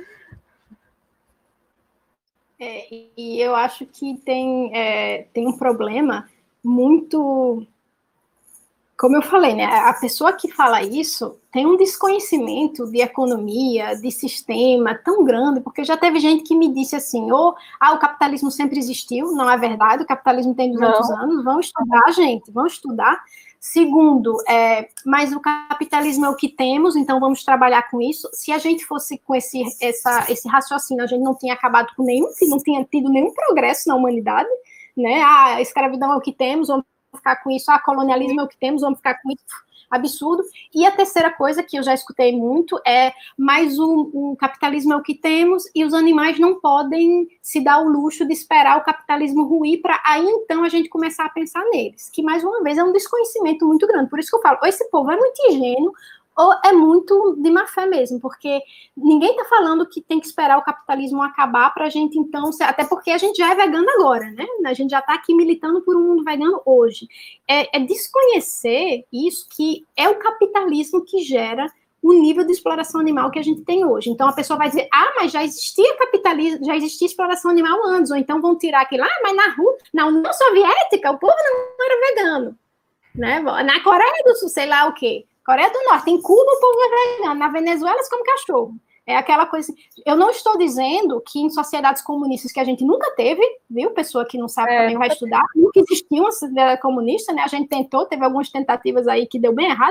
É, e eu acho que tem, é, tem um problema muito como eu falei, né, a pessoa que fala isso tem um desconhecimento de economia, de sistema tão grande, porque já teve gente que me disse assim, ou, ah, o capitalismo sempre existiu, não é verdade, o capitalismo tem duzentos não. anos, vamos estudar, gente, vamos estudar. Segundo, é, mas o capitalismo é o que temos, então vamos trabalhar com isso. Se a gente fosse com esse, essa, esse raciocínio, a gente não tinha acabado com nenhum, não tinha tido nenhum progresso na humanidade, né? Ah, a escravidão é o que temos, vamos ficar com isso, ah, colonialismo é o que temos, vamos ficar com isso, absurdo. E a terceira coisa que eu já escutei muito é, mas o, o capitalismo é o que temos e os animais não podem se dar o luxo de esperar o capitalismo ruir para aí então a gente começar a pensar neles, que mais uma vez é um desconhecimento muito grande, por isso que eu falo, ou esse povo é muito ingênuo, ou é muito de má fé mesmo, porque ninguém está falando que tem que esperar o capitalismo acabar para a gente, então, até porque a gente já é vegano agora, né? A gente já está aqui militando por um mundo vegano hoje. É, é desconhecer isso, que é o capitalismo que gera o nível de exploração animal que a gente tem hoje. Então, a pessoa vai dizer, ah, mas já existia capitalismo, já existia exploração animal antes, ou então vão tirar aquilo, ah, mas na, Rú- na União Soviética o povo não era vegano, né? Na Coreia do Sul, sei lá o quê. Coreia do Norte, em Cuba o povo é vegano, na Venezuela eles comem cachorro. É aquela coisa. Eu não estou dizendo que em sociedades comunistas que a gente nunca teve, viu? Pessoa que não sabe é, também vai estudar, nunca existiu uma sociedade comunista, né? A gente tentou, teve algumas tentativas aí que deu bem errado,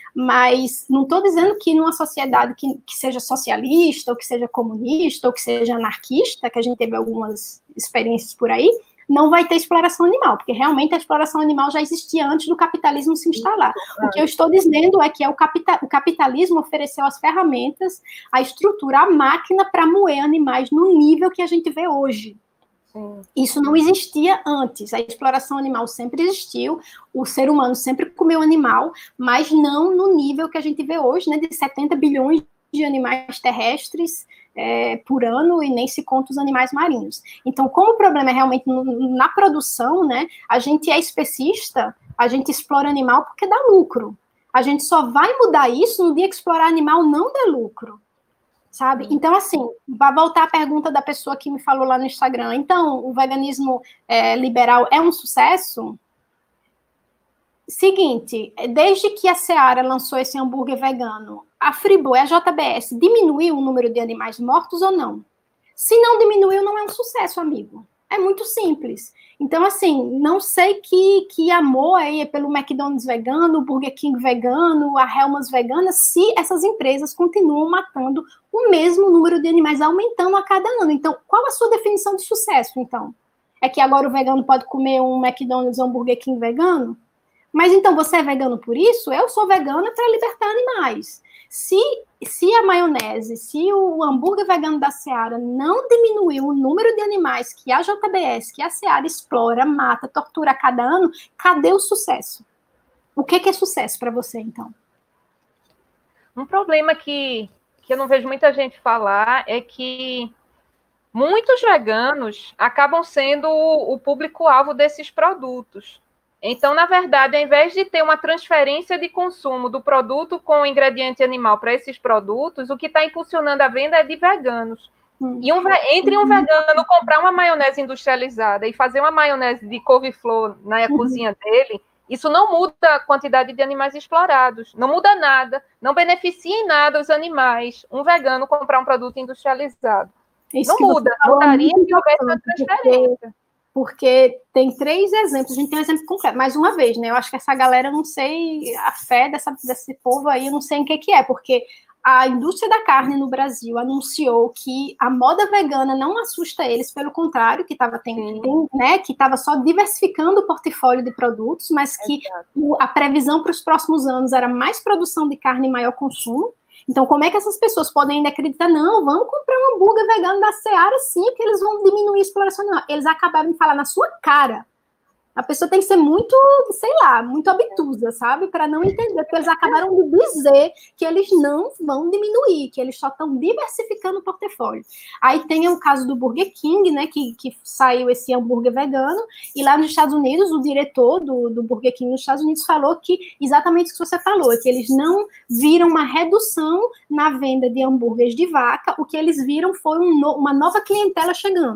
mas não estou dizendo que numa sociedade que, que seja socialista, ou que seja comunista, ou que seja anarquista, que a gente teve algumas experiências por aí, não vai ter exploração animal, porque realmente a exploração animal já existia antes do capitalismo se instalar. O que eu estou dizendo é que é o, capita- o capitalismo ofereceu as ferramentas, a estrutura, a máquina para moer animais no nível que a gente vê hoje. Sim. Isso não existia antes. A exploração animal sempre existiu, o ser humano sempre comeu animal, mas não no nível que a gente vê hoje, né, de setenta bilhões de animais terrestres, É, por ano, e nem se conta os animais marinhos. Então, como o problema é realmente no, na produção, né, a gente é especista, a gente explora animal porque dá lucro. A gente só vai mudar isso no dia que explorar animal não dê lucro, sabe? Então, assim, vai voltar a pergunta da pessoa que me falou lá no Instagram. Então, o veganismo é, liberal é um sucesso? Seguinte, desde que a Seara lançou esse hambúrguer vegano, a Friboi, a J B S, diminuiu o número de animais mortos ou não? Se não diminuiu, não é um sucesso, amigo. É muito simples. Então, assim, não sei que, que amor aí é pelo McDonald's vegano, o Burger King vegano, a Hellmann's vegana, se essas empresas continuam matando o mesmo número de animais, aumentando a cada ano. Então, qual a sua definição de sucesso, então? É que agora o vegano pode comer um McDonald's ou um Burger King vegano? Mas então você é vegano por isso? Eu sou vegana para libertar animais. Se, se a maionese, se o hambúrguer vegano da Seara não diminuiu o número de animais que a J B S, que a Seara explora, mata, tortura a cada ano, cadê o sucesso? O que, que é sucesso para você, então? Um problema que, que eu não vejo muita gente falar é que muitos veganos acabam sendo o, o público-alvo desses produtos. Então, na verdade, ao invés de ter uma transferência de consumo do produto com ingrediente animal para esses produtos, o que está impulsionando a venda é de veganos. Hum. E um, entre um vegano comprar uma maionese industrializada e fazer uma maionese de couve-flor na uhum. cozinha dele, isso não muda a quantidade de animais explorados, não muda nada, não beneficia em nada os animais. Um vegano comprar um produto industrializado. Isso não muda, mudaria se houvesse uma transferência. Porque... Porque tem três exemplos, a gente tem um exemplo concreto, mais uma vez, né, eu acho que essa galera, eu não sei, a fé dessa, desse povo aí, eu não sei em que que é, porque a indústria da carne no Brasil anunciou que a moda vegana não assusta eles, pelo contrário, que estava tem, tem, né, que estava só diversificando o portfólio de produtos, mas que o, a previsão para os próximos anos era mais produção de carne e maior consumo. Então, como é que essas pessoas podem ainda acreditar? Não, vamos comprar um hambúrguer vegano da Seara, sim, porque eles vão diminuir a exploração. Não, eles acabaram de falar na sua cara. A pessoa tem que ser muito, sei lá, muito obtusa, sabe? Para não entender, porque eles acabaram de dizer que eles não vão diminuir, que eles só estão diversificando o portfólio. Aí tem o caso do Burger King, né, que, que saiu esse hambúrguer vegano, e lá nos Estados Unidos, o diretor do, do Burger King nos Estados Unidos falou que exatamente o que você falou, que eles não viram uma redução na venda de hambúrgueres de vaca, o que eles viram foi um no, uma nova clientela chegando.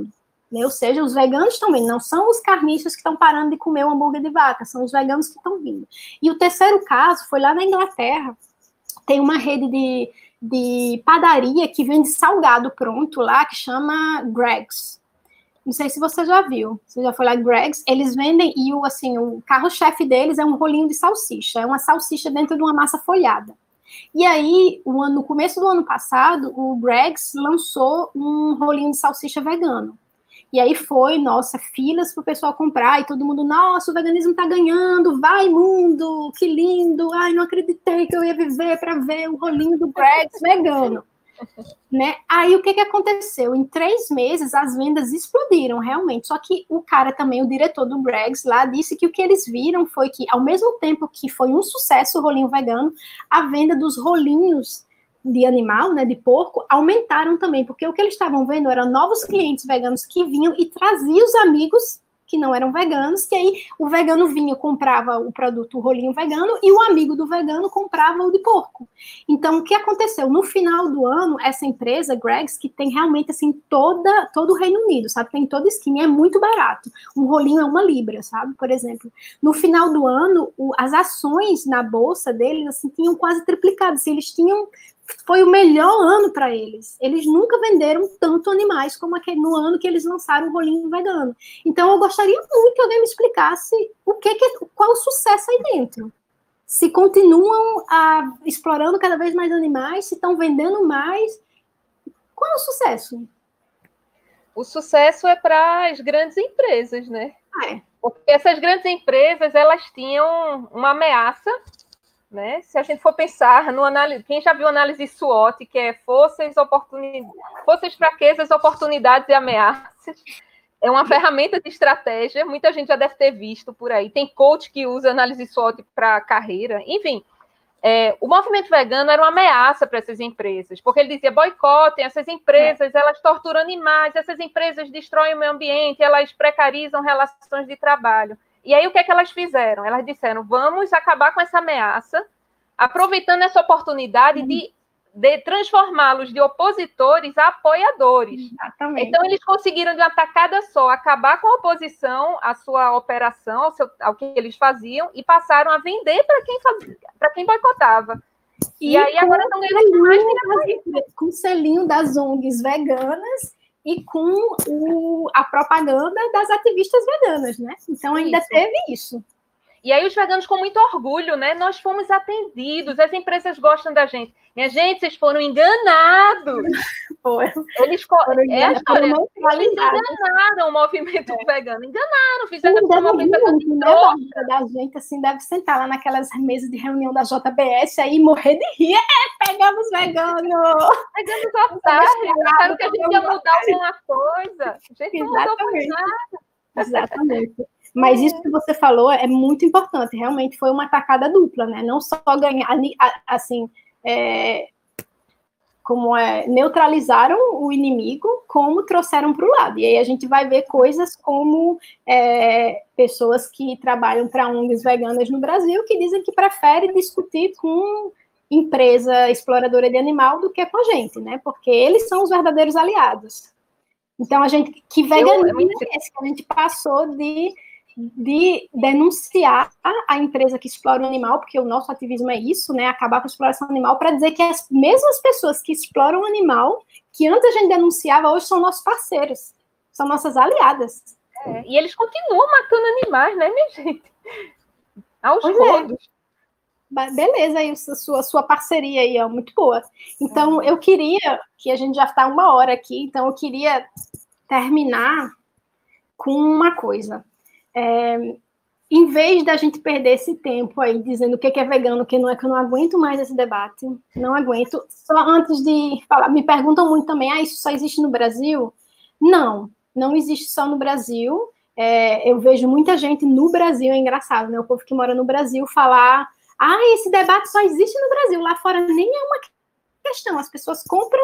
Né? Ou seja, os veganos estão vindo, não são os carnívoros que estão parando de comer o hambúrguer de vaca, são os veganos que estão vindo. E o terceiro caso foi lá na Inglaterra, tem uma rede de, de padaria que vende salgado pronto lá, que chama Greggs. Não sei se você já viu, você já foi lá, Greggs, eles vendem, e o, assim, o carro-chefe deles é um rolinho de salsicha, é uma salsicha dentro de uma massa folhada. E aí, no começo do ano passado, o Greggs lançou um rolinho de salsicha vegano. E aí foi, nossa, filas para o pessoal comprar, e todo mundo, nossa, o veganismo está ganhando, vai mundo, que lindo, ai, não acreditei que eu ia viver para ver o rolinho do Greggs vegano. Né? Aí o que, que aconteceu? Em três meses as vendas explodiram realmente, só que o cara também, o diretor do Greggs lá, disse que o que eles viram foi que, ao mesmo tempo que foi um sucesso o rolinho vegano, a venda dos rolinhos de animal, né, de porco, aumentaram também, porque o que eles estavam vendo eram novos clientes veganos que vinham e traziam os amigos que não eram veganos, que aí o vegano vinha, comprava o produto, o rolinho vegano, e o amigo do vegano comprava o de porco. Então, o que aconteceu? No final do ano, essa empresa, Greggs, que tem realmente, assim, toda, todo o Reino Unido, sabe? Tem toda esquina, é muito barato. Um rolinho é uma libra, sabe? Por exemplo. No final do ano, o, as ações na bolsa deles, assim, tinham quase triplicado. Assim, eles tinham... Foi o melhor ano para eles. Eles nunca venderam tanto animais como aquele, no ano que eles lançaram o rolinho vegano. Então, eu gostaria muito que alguém me explicasse o que, que qual o sucesso aí dentro. Se continuam a, explorando cada vez mais animais, se estão vendendo mais. Qual é o sucesso? O sucesso é para as grandes empresas, né? Ah, é. Porque essas grandes empresas, elas tinham uma ameaça, né? Se a gente for pensar no análise, quem já viu análise SWOT, que é forças, oportunidades, forças, fraquezas, oportunidades e ameaças, é uma ferramenta de estratégia, muita gente já deve ter visto por aí. Tem coach que usa análise SWOT para carreira, enfim. É, o movimento vegano era uma ameaça para essas empresas, porque ele dizia, boicotem essas empresas, é. elas torturam animais, essas empresas destroem o meio ambiente, elas precarizam relações de trabalho. E aí, o que é que elas fizeram? Elas disseram, vamos acabar com essa ameaça, aproveitando essa oportunidade uhum. de, de transformá-los de opositores a apoiadores. Exatamente. Então, eles conseguiram, de uma tacada só, acabar com a oposição à sua operação, ao, seu, ao que eles faziam, e passaram a vender para quem, para quem boicotava. E, e aí, agora estão ganhando mais dinheiro. Com o selinho das O N Gs veganas, e com o, a propaganda das ativistas veganas, né? Então, ainda isso. teve isso. E aí, os veganos com muito orgulho, né? Nós fomos atendidos, as empresas gostam da gente. Minha gente, vocês foram enganados. Foi. Eles foram é a história. Eles enganaram o movimento é. vegano. Enganaram, fizeram o movimento vegano de trouxa. Da gente, assim, deve sentar lá naquelas mesas de reunião da J B S aí e morrer de rir. É, pegamos veganos. Pegamos otários. Acharam que a gente ia mudar alguma coisa. A gente não mudou mais nada. Exatamente. Mas isso que você falou é muito importante. Realmente foi uma tacada dupla, né? Não só ganhar, assim, é, como é, neutralizaram o inimigo, como trouxeram para o lado. E aí a gente vai ver coisas como é, pessoas que trabalham para O N Gs veganas no Brasil que dizem que preferem discutir com empresa exploradora de animal do que com a gente, né? Porque eles são os verdadeiros aliados. Então, a gente, que veganismo é esse que a gente passou de, de denunciar a empresa que explora o animal, porque o nosso ativismo é isso, né, acabar com a exploração animal, para dizer que as mesmas pessoas que exploram o animal, que antes a gente denunciava, hoje são nossos parceiros, são nossas aliadas. É, e eles continuam matando animais, né, minha gente? Aos rodos. É. Beleza, aí a sua, sua parceria aí é muito boa. Então, eu queria, que a gente já está uma hora aqui, então eu queria terminar com uma coisa. É, em vez da gente perder esse tempo aí, dizendo o que é vegano, o que não é, que eu não aguento mais esse debate, não aguento. Só antes de falar, me perguntam muito também, ah, isso só existe no Brasil? Não, não existe só no Brasil. É, eu vejo muita gente no Brasil, é engraçado, né? O povo que mora no Brasil falar... Ah, esse debate só existe no Brasil, lá fora nem é uma questão, as pessoas compram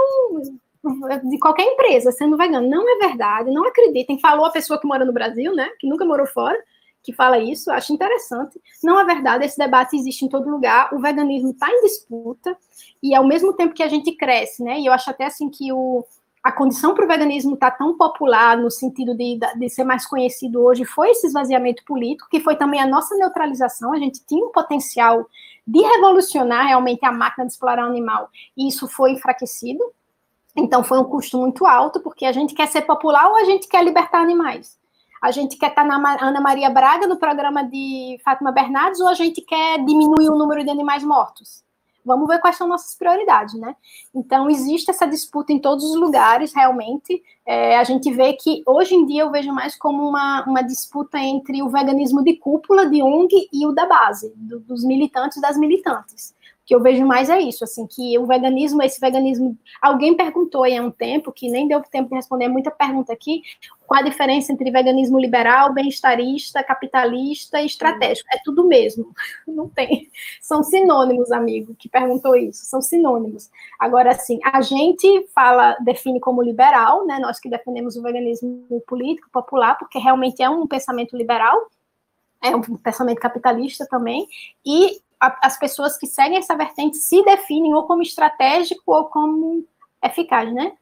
de qualquer empresa sendo vegano, não é verdade, não acreditem, falou a pessoa que mora no Brasil, né, que nunca morou fora, que fala isso, acho interessante, não é verdade, esse debate existe em todo lugar, o veganismo está em disputa, e ao mesmo tempo que a gente cresce, né, e eu acho até assim que o, a condição para o veganismo estar tá tão popular, no sentido de, de ser mais conhecido hoje, foi esse esvaziamento político, que foi também a nossa neutralização. A gente tinha um potencial de revolucionar realmente a máquina de explorar o animal, e isso foi enfraquecido. Então, foi um custo muito alto, porque a gente quer ser popular ou a gente quer libertar animais? A gente quer estar na Ana Maria Braga, no programa de Fátima Bernardes, ou a gente quer diminuir o número de animais mortos? Vamos ver quais são nossas prioridades, né? Então, existe essa disputa em todos os lugares, realmente. É, a gente vê que, hoje em dia, eu vejo mais como uma, uma disputa entre o veganismo de cúpula, de O N G, e o da base, do, dos militantes e das militantes. O que eu vejo mais é isso, assim, que o veganismo, esse veganismo... Alguém perguntou aí há um tempo, que nem deu tempo de responder muita pergunta aqui, qual a diferença entre veganismo liberal, bem-estarista, capitalista e estratégico? É tudo mesmo, não tem. São sinônimos, amigo, que perguntou isso, são sinônimos. Agora, assim, a gente fala, define como liberal, né, nós que defendemos o veganismo político, popular, porque realmente é um pensamento liberal, é um pensamento capitalista também, e a, as pessoas que seguem essa vertente se definem ou como estratégico ou como eficaz, né?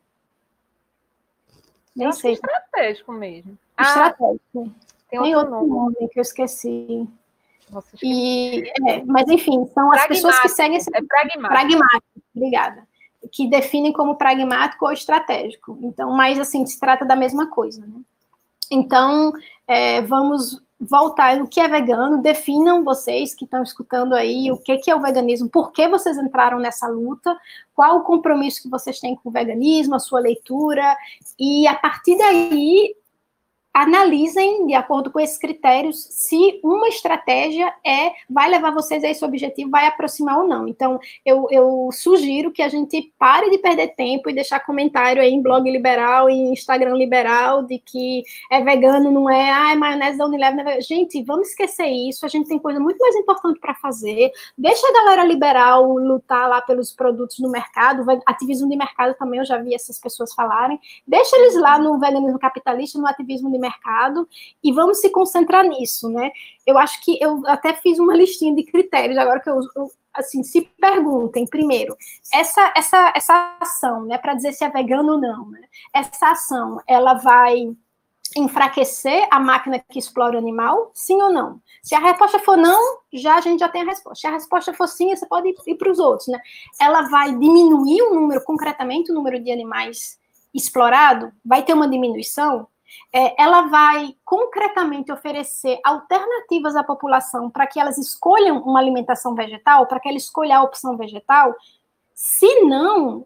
Nem sei. Estratégico mesmo. Estratégico. Ah, tem outro, tem outro nome. nome que eu esqueci. Nossa, esqueci. E, é, mas, enfim, são as pessoas que seguem esse... É pragmático. Pragmático, obrigada. Que definem como pragmático ou estratégico. Então, mas, assim, se trata da mesma coisa, né? Então, é, vamos voltar no que é vegano. Definam vocês que estão escutando aí o que, que é o veganismo, por que vocês entraram nessa luta, qual o compromisso que vocês têm com o veganismo, a sua leitura, e a partir daí analisem, de acordo com esses critérios, se uma estratégia é, vai levar vocês a esse objetivo, vai aproximar ou não. Então, eu, eu sugiro que a gente pare de perder tempo e deixar comentário aí em blog liberal e Instagram liberal de que é vegano, não é, ah, é maionese da Unilever. Não é... Gente, vamos esquecer isso, a gente tem coisa muito mais importante para fazer. Deixa a galera liberal lutar lá pelos produtos no mercado, ativismo de mercado também, eu já vi essas pessoas falarem. Deixa eles lá no veganismo capitalista, no ativismo de mercado, e vamos se concentrar nisso, né? Eu acho que eu até fiz uma listinha de critérios, agora que eu, eu assim, se perguntem, primeiro, essa, essa, essa ação, né, para dizer se é vegano ou não, né? Essa ação, ela vai enfraquecer a máquina que explora o animal, sim ou não? Se a resposta for não, já a gente já tem a resposta. Se a resposta for sim, você pode ir, ir para os outros, né? Ela vai diminuir o número, concretamente, o número de animais explorado, vai ter uma diminuição. É, ela vai concretamente oferecer alternativas à população para que elas escolham uma alimentação vegetal, para que ela escolha a opção vegetal. Se não,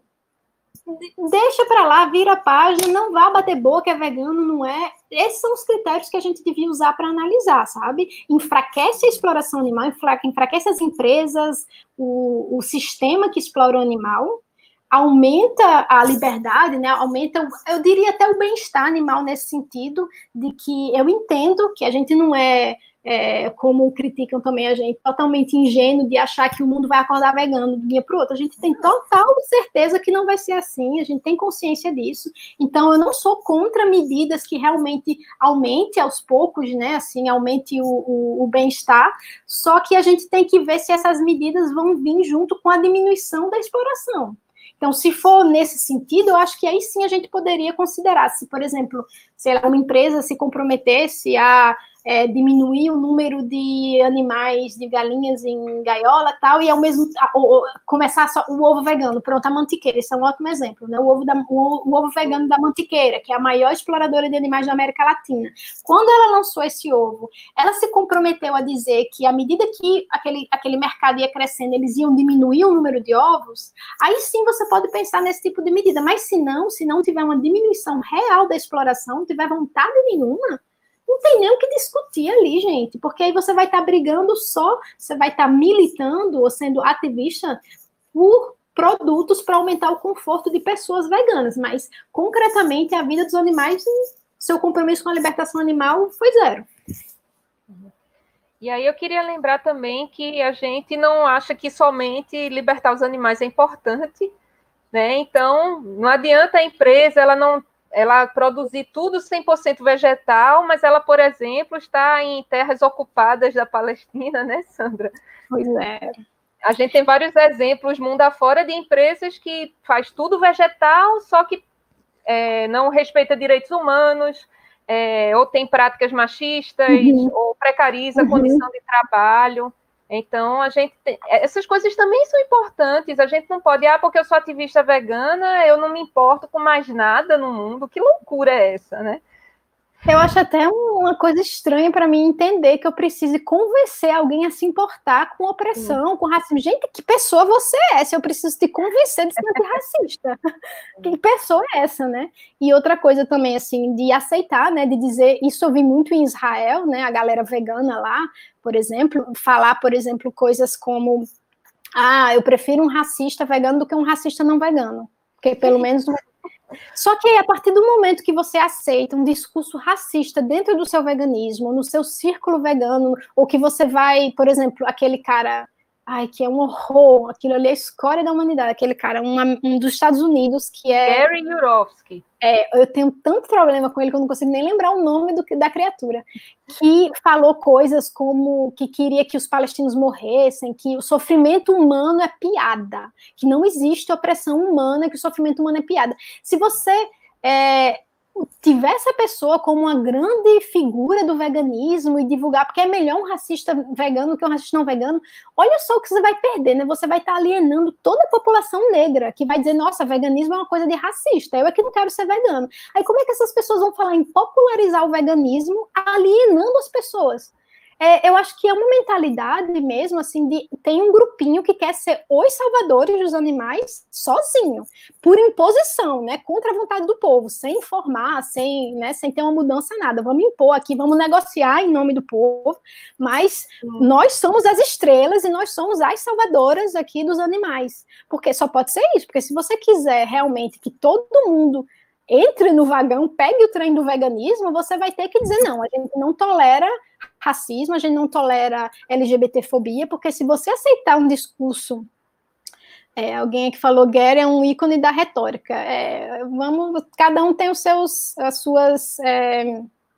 deixa para lá, vira a página, não vá bater boca, é vegano, não é. Esses são os critérios que a gente devia usar para analisar, sabe? Enfraquece a exploração animal, enfraquece as empresas, o, o sistema que explora o animal, aumenta a liberdade, né? Aumenta, eu diria até o bem-estar animal nesse sentido, de que eu entendo que a gente não é, é, como criticam também a gente, totalmente ingênuo de achar que o mundo vai acordar vegano de um dia para o outro. A gente tem total certeza que não vai ser assim, a gente tem consciência disso. Então, eu não sou contra medidas que realmente aumente aos poucos, né? Assim, aumente o, o, o bem-estar, só que a gente tem que ver se essas medidas vão vir junto com a diminuição da exploração. Então, se for nesse sentido, eu acho que aí sim a gente poderia considerar. Se, por exemplo, sei lá, uma empresa se comprometesse a é, diminuir o número de animais, de galinhas em gaiola e tal, e ao mesmo ou, ou, começar só o ovo vegano, pronto, a mantiqueira, esse é um ótimo exemplo, né? O ovo, da, o, o ovo vegano da mantiqueira, que é a maior exploradora de animais da América Latina. Quando ela lançou esse ovo, ela se comprometeu a dizer que à medida que aquele, aquele mercado ia crescendo, eles iam diminuir o número de ovos, aí sim você pode pensar nesse tipo de medida, mas se não, se não tiver uma diminuição real da exploração, não tiver vontade nenhuma, não tem nem o que discutir ali, gente, porque aí você vai estar tá brigando só, você vai estar tá militando ou sendo ativista por produtos para aumentar o conforto de pessoas veganas, mas concretamente a vida dos animais, seu compromisso com a libertação animal foi zero. E aí eu queria lembrar também que a gente não acha que somente libertar os animais é importante, né? Então, não adianta a empresa, ela não ela produzir tudo cem por cento vegetal, mas ela, por exemplo, está em terras ocupadas da Palestina, né, Sandra? Pois é. A gente tem vários exemplos mundo afora de empresas que faz tudo vegetal, só que é, não respeita direitos humanos, é, ou tem práticas machistas, uhum. ou precariza a uhum. condição de trabalho. Então, a gente tem, essas coisas também são importantes. A gente não pode, ah, porque eu sou ativista vegana, eu não me importo com mais nada no mundo. Que loucura é essa, né? Eu acho até uma coisa estranha para mim entender que eu precise convencer alguém a se importar com opressão, Sim. com racismo. Gente, que pessoa você é? Se eu preciso te convencer de ser antirracista. Que pessoa é essa, né? E outra coisa também, assim, de aceitar, né? De dizer, isso eu vi muito em Israel, né? A galera vegana lá, por exemplo, falar, por exemplo, coisas como ah, eu prefiro um racista vegano do que um racista não vegano. Porque pelo menos... Só que aí, a partir do momento que você aceita um discurso racista dentro do seu veganismo, no seu círculo vegano, ou que você vai, por exemplo, aquele cara, ai, que é um horror, aquilo ali é a escória da humanidade, aquele cara, uma, um dos Estados Unidos, que é... Gary Yourofsky. É, eu tenho tanto problema com ele que eu não consigo nem lembrar o nome do, da criatura, que falou coisas como que queria que os palestinos morressem, que o sofrimento humano é piada, que não existe opressão humana, que o sofrimento humano é piada. Se você é, tiver essa pessoa como uma grande figura do veganismo e divulgar, porque é melhor um racista vegano que um racista não vegano, olha só o que você vai perder, né? Você vai estar alienando toda a população negra, que vai dizer, nossa, veganismo é uma coisa de racista, eu é que não quero ser vegano. Aí como é que essas pessoas vão falar em popularizar o veganismo alienando as pessoas? É, eu acho que é uma mentalidade mesmo, assim, de tem um grupinho que quer ser os salvadores dos animais sozinho, por imposição, né, contra a vontade do povo, sem informar, sem, né, sem ter uma mudança nada. Vamos impor aqui, vamos negociar em nome do povo, mas hum. nós somos as estrelas e nós somos as salvadoras aqui dos animais, porque só pode ser isso, porque se você quiser realmente que todo mundo entre no vagão, pegue o trem do veganismo, você vai ter que dizer, não, a gente não tolera racismo, a gente não tolera LGBTfobia, porque se você aceitar um discurso, é, alguém aqui falou, Gary é um ícone da retórica, é, vamos, cada um tem os seus, as suas... É,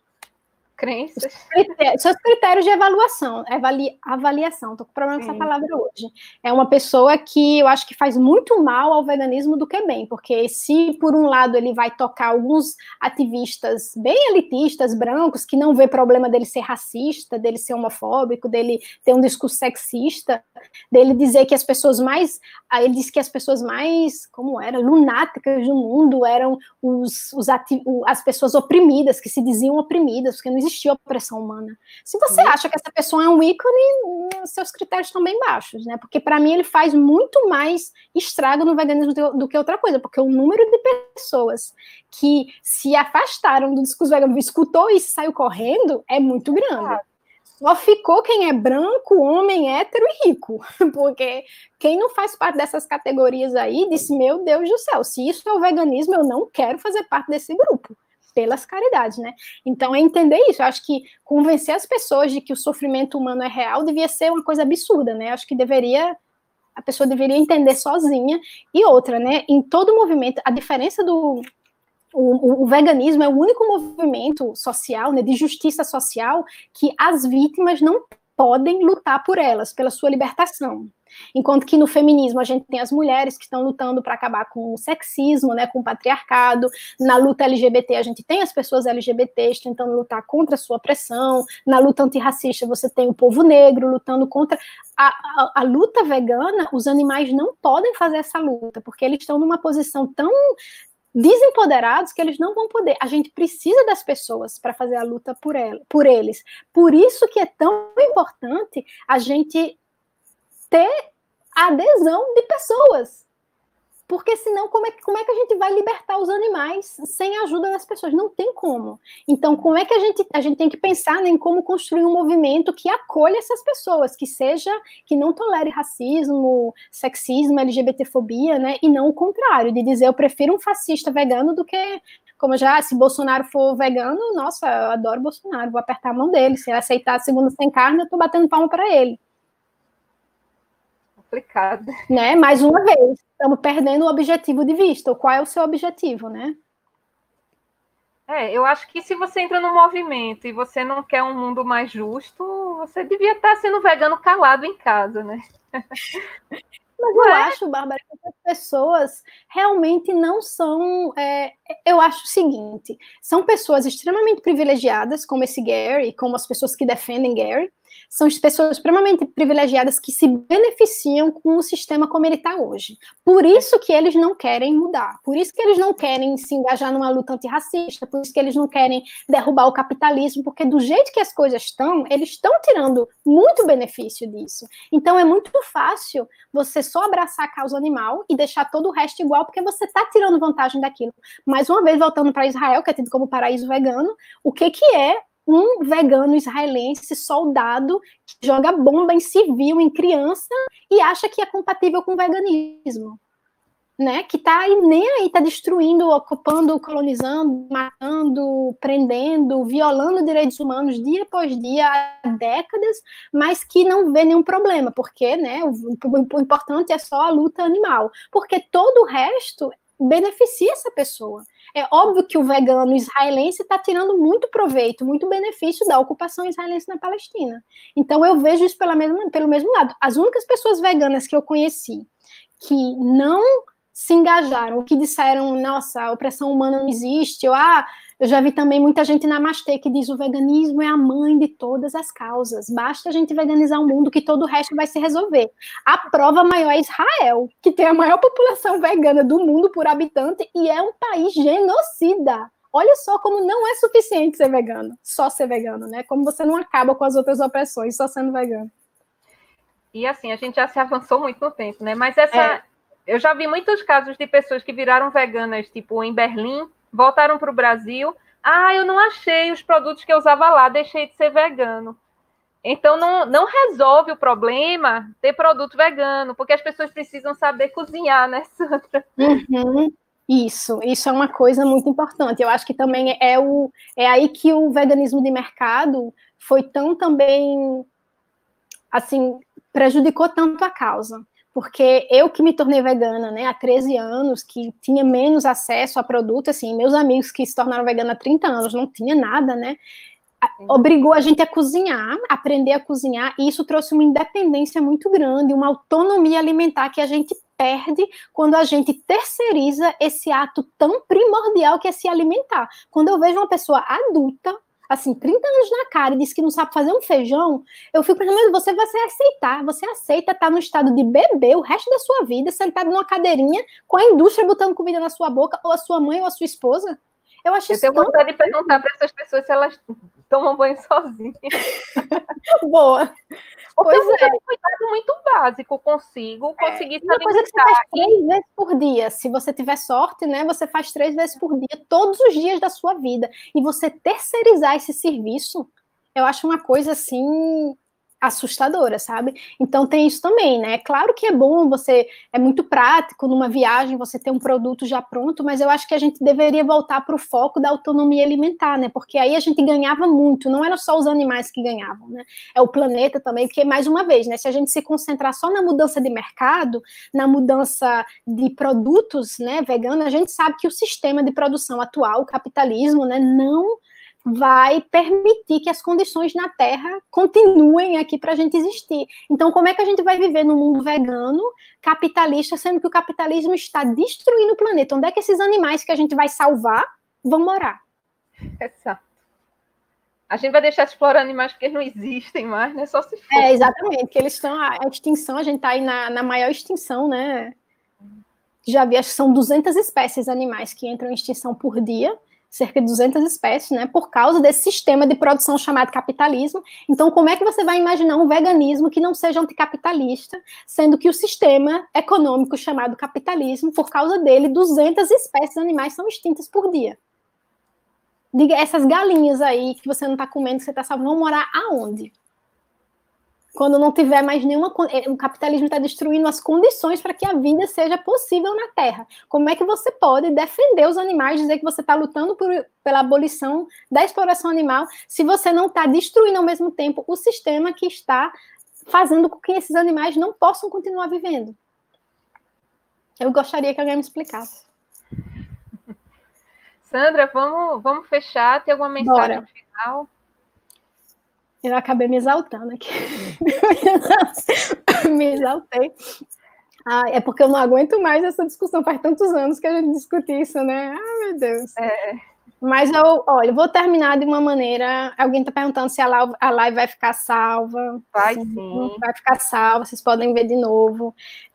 crenças. Critérios, seus critérios de avaliação, avali, avaliação, estou com problema com essa palavra hoje. É uma pessoa que eu acho que faz muito mal ao veganismo do que bem, porque se por um lado ele vai tocar alguns ativistas bem elitistas, brancos, que não vê problema dele ser racista, dele ser homofóbico, dele ter um discurso sexista, dele dizer que as pessoas mais, ele disse que as pessoas mais, como era, lunáticas do mundo eram os, os ati, as pessoas oprimidas, que se diziam oprimidas, porque não existia opressão humana. Se você acha que essa pessoa é um ícone, seus critérios estão bem baixos, né? Porque para mim ele faz muito mais estrago no veganismo do, do que outra coisa, porque o número de pessoas que se afastaram do discurso vegano, escutou isso e saiu correndo, é muito grande. Só ficou quem é branco, homem, hétero e rico, porque quem não faz parte dessas categorias aí disse, meu Deus do céu, se isso é o veganismo, eu não quero fazer parte desse grupo. Pelas caridades, né? Então, é entender isso. Eu acho que convencer as pessoas de que o sofrimento humano é real devia ser uma coisa absurda, né? Eu acho que deveria, a pessoa deveria entender sozinha. E outra, né? Em todo movimento, a diferença do... O, o, o veganismo é o único movimento social, né, de justiça social, que as vítimas não podem lutar por elas, pela sua libertação. Enquanto que no feminismo a gente tem as mulheres que estão lutando para acabar com o sexismo, né, com o patriarcado. Na luta L G B T a gente tem as pessoas L G B Ts tentando lutar contra a sua opressão. Na luta antirracista você tem o povo negro lutando contra... A, a, a luta vegana, os animais não podem fazer essa luta, porque eles estão numa posição tão desempoderados que eles não vão poder. A gente precisa das pessoas para fazer a luta por, ela, por eles. Por isso que é tão importante a gente ter a adesão de pessoas, porque senão como é, como é que a gente vai libertar os animais sem a ajuda das pessoas? Não tem como. Então, como é que a gente, a gente tem que pensar em como construir um movimento que acolha essas pessoas, que seja, que não tolere racismo, sexismo, LGBTfobia, né, e não o contrário, de dizer eu prefiro um fascista vegano do que, como já, se Bolsonaro for vegano, nossa, eu adoro Bolsonaro, vou apertar a mão dele, se ele aceitar a segunda sem carne, eu tô batendo palma para ele. Complicado. Né? Mais uma vez, estamos perdendo o objetivo de vista. Qual é o seu objetivo, né? É, eu acho que se você entra no movimento e você não quer um mundo mais justo, você devia estar sendo vegano calado em casa, né? Mas eu é. acho, Bárbara, que as pessoas realmente não são... É, eu acho o seguinte, são pessoas extremamente privilegiadas, como esse Gary, como as pessoas que defendem Gary, são pessoas extremamente privilegiadas que se beneficiam com o sistema como ele está hoje. Por isso que eles não querem mudar, por isso que eles não querem se engajar numa luta antirracista, por isso que eles não querem derrubar o capitalismo, porque do jeito que as coisas estão, eles estão tirando muito benefício disso. Então é muito fácil você só abraçar a causa animal e deixar todo o resto igual, porque você está tirando vantagem daquilo. Mais uma vez, voltando para Israel, que é tido como paraíso vegano, o que, que é um vegano israelense soldado que joga bomba em civil, em criança, e acha que é compatível com o veganismo? Né? Que está aí, nem aí, está destruindo, ocupando, colonizando, matando, prendendo, violando direitos humanos dia após dia, há décadas, mas que não vê nenhum problema, porque, né, o, o importante é só a luta animal, porque todo o resto beneficia essa pessoa. É óbvio que o vegano israelense está tirando muito proveito, muito benefício da ocupação israelense na Palestina. Então eu vejo isso pela mesma, pelo mesmo lado. As únicas pessoas veganas que eu conheci que não se engajaram, que disseram, nossa, a opressão humana não existe, ou, ah, eu já vi também muita gente na Namastê que diz o veganismo é a mãe de todas as causas, basta a gente veganizar o mundo que todo o resto vai se resolver. A prova maior é Israel, que tem a maior população vegana do mundo por habitante e é um país genocida. Olha só como não é suficiente ser vegano, só ser vegano, né? Como você não acaba com as outras opressões só sendo vegano. E assim, a gente já se avançou muito no tempo, né? Mas essa... É. Eu já vi muitos casos de pessoas que viraram veganas, tipo, em Berlim, voltaram para o Brasil. Ah, eu não achei os produtos que eu usava lá, deixei de ser vegano. Então, não, não resolve o problema ter produto vegano, porque as pessoas precisam saber cozinhar, né, Sandra? Uhum. Isso, isso é uma coisa muito importante. Eu acho que também é, o, é aí que o veganismo de mercado foi tão também, assim, prejudicou tanto a causa. Porque eu que me tornei vegana, né, há treze anos, que tinha menos acesso a produto, assim, meus amigos que se tornaram veganos há trinta anos, não tinha nada, né, obrigou a gente a cozinhar, aprender a cozinhar, e isso trouxe uma independência muito grande, uma autonomia alimentar que a gente perde quando a gente terceiriza esse ato tão primordial que é se alimentar. Quando eu vejo uma pessoa adulta, assim, trinta anos na cara e diz que não sabe fazer um feijão, eu fico pensando, mas você vai aceitar, você aceita estar no estado de bebê o resto da sua vida, sentado numa cadeirinha, com a indústria botando comida na sua boca, ou a sua mãe ou a sua esposa? Eu acho eu tenho tão... vontade de perguntar para essas pessoas se elas tomam banho sozinhas. Boa. Porque pois é um cuidado muito básico consigo, conseguir é, uma coisa que você faz três vezes por dia, se você tiver sorte, né, você faz três vezes por dia, todos os dias da sua vida, e você terceirizar esse serviço, eu acho uma coisa, assim, assustadora, sabe? Então tem isso também, né? Claro que é bom, você é muito prático numa viagem, você ter um produto já pronto, mas eu acho que a gente deveria voltar para o foco da autonomia alimentar, né? Porque aí a gente ganhava muito, não eram só os animais que ganhavam, né? É o planeta também, porque, mais uma vez, né? Se a gente se concentrar só na mudança de mercado, na mudança de produtos, né, veganos, a gente sabe que o sistema de produção atual, o capitalismo, né, não vai permitir que as condições na Terra continuem aqui para a gente existir. Então, como é que a gente vai viver num mundo vegano, capitalista, sendo que o capitalismo está destruindo o planeta? Onde é que esses animais que a gente vai salvar vão morar? Exato. A gente vai deixar de explorar animais porque eles não existem mais, né? Só se for. É, exatamente, que eles estão, a extinção, a gente está aí na, na maior extinção, né? Já vi, acho que são duzentas espécies animais que entram em extinção por dia, cerca de duzentas espécies, né, por causa desse sistema de produção chamado capitalismo. Então, como é que você vai imaginar um veganismo que não seja anticapitalista, sendo que o sistema econômico chamado capitalismo, por causa dele, duzentas espécies animais são extintas por dia? Diga, essas galinhas aí que você não está comendo, que você está salvando, vão morar aonde? Quando não tiver mais nenhuma... O capitalismo está destruindo as condições para que a vida seja possível na Terra. Como é que você pode defender os animais, dizer que você está lutando por, pela abolição da exploração animal, se você não está destruindo ao mesmo tempo o sistema que está fazendo com que esses animais não possam continuar vivendo? Eu gostaria que alguém me explicasse. Sandra, vamos, vamos fechar. Tem alguma mensagem Bora. Final? Eu acabei me exaltando aqui. Me exaltei. Ah, é porque eu não aguento mais essa discussão, faz tantos anos que a gente discute isso, né? Ai, meu Deus. É. Mas eu, olha, eu vou terminar de uma maneira. Alguém está perguntando se a live, a live vai ficar salva. Vai sim, sim. Vai ficar salva, vocês podem ver de novo.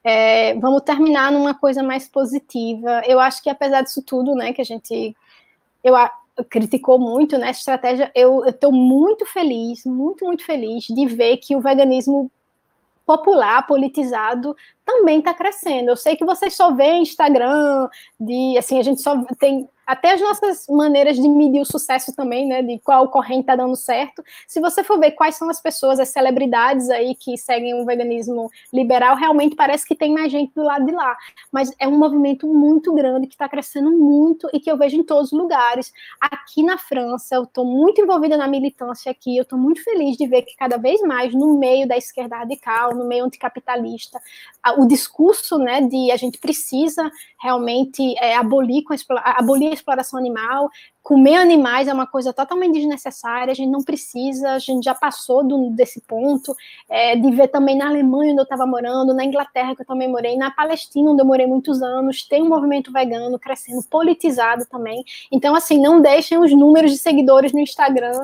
É, vamos terminar numa coisa mais positiva. Eu acho que apesar disso tudo, né, que a gente eu, criticou muito, né, essa estratégia, eu estou muito feliz, muito, muito feliz de ver que o veganismo popular, politizado, também está crescendo. Eu sei que vocês só veem Instagram, de, assim, a gente só tem até as nossas maneiras de medir o sucesso também, né, de qual corrente está dando certo. Se você for ver quais são as pessoas, as celebridades aí que seguem o veganismo liberal, realmente parece que tem mais gente do lado de lá. Mas é um movimento muito grande, que está crescendo muito e que eu vejo em todos os lugares. Aqui na França, eu estou muito envolvida na militância aqui, eu estou muito feliz de ver que cada vez mais, no meio da esquerda radical, no meio anticapitalista, o discurso, né, de a gente precisa realmente é, abolir, com a, abolir a exploração animal, comer animais é uma coisa totalmente desnecessária, a gente não precisa, a gente já passou do, desse ponto, é, de ver também na Alemanha, onde eu estava morando, na Inglaterra, que eu também morei, na Palestina, onde eu morei muitos anos, tem um movimento vegano crescendo, politizado também. Então, assim, não deixem os números de seguidores no Instagram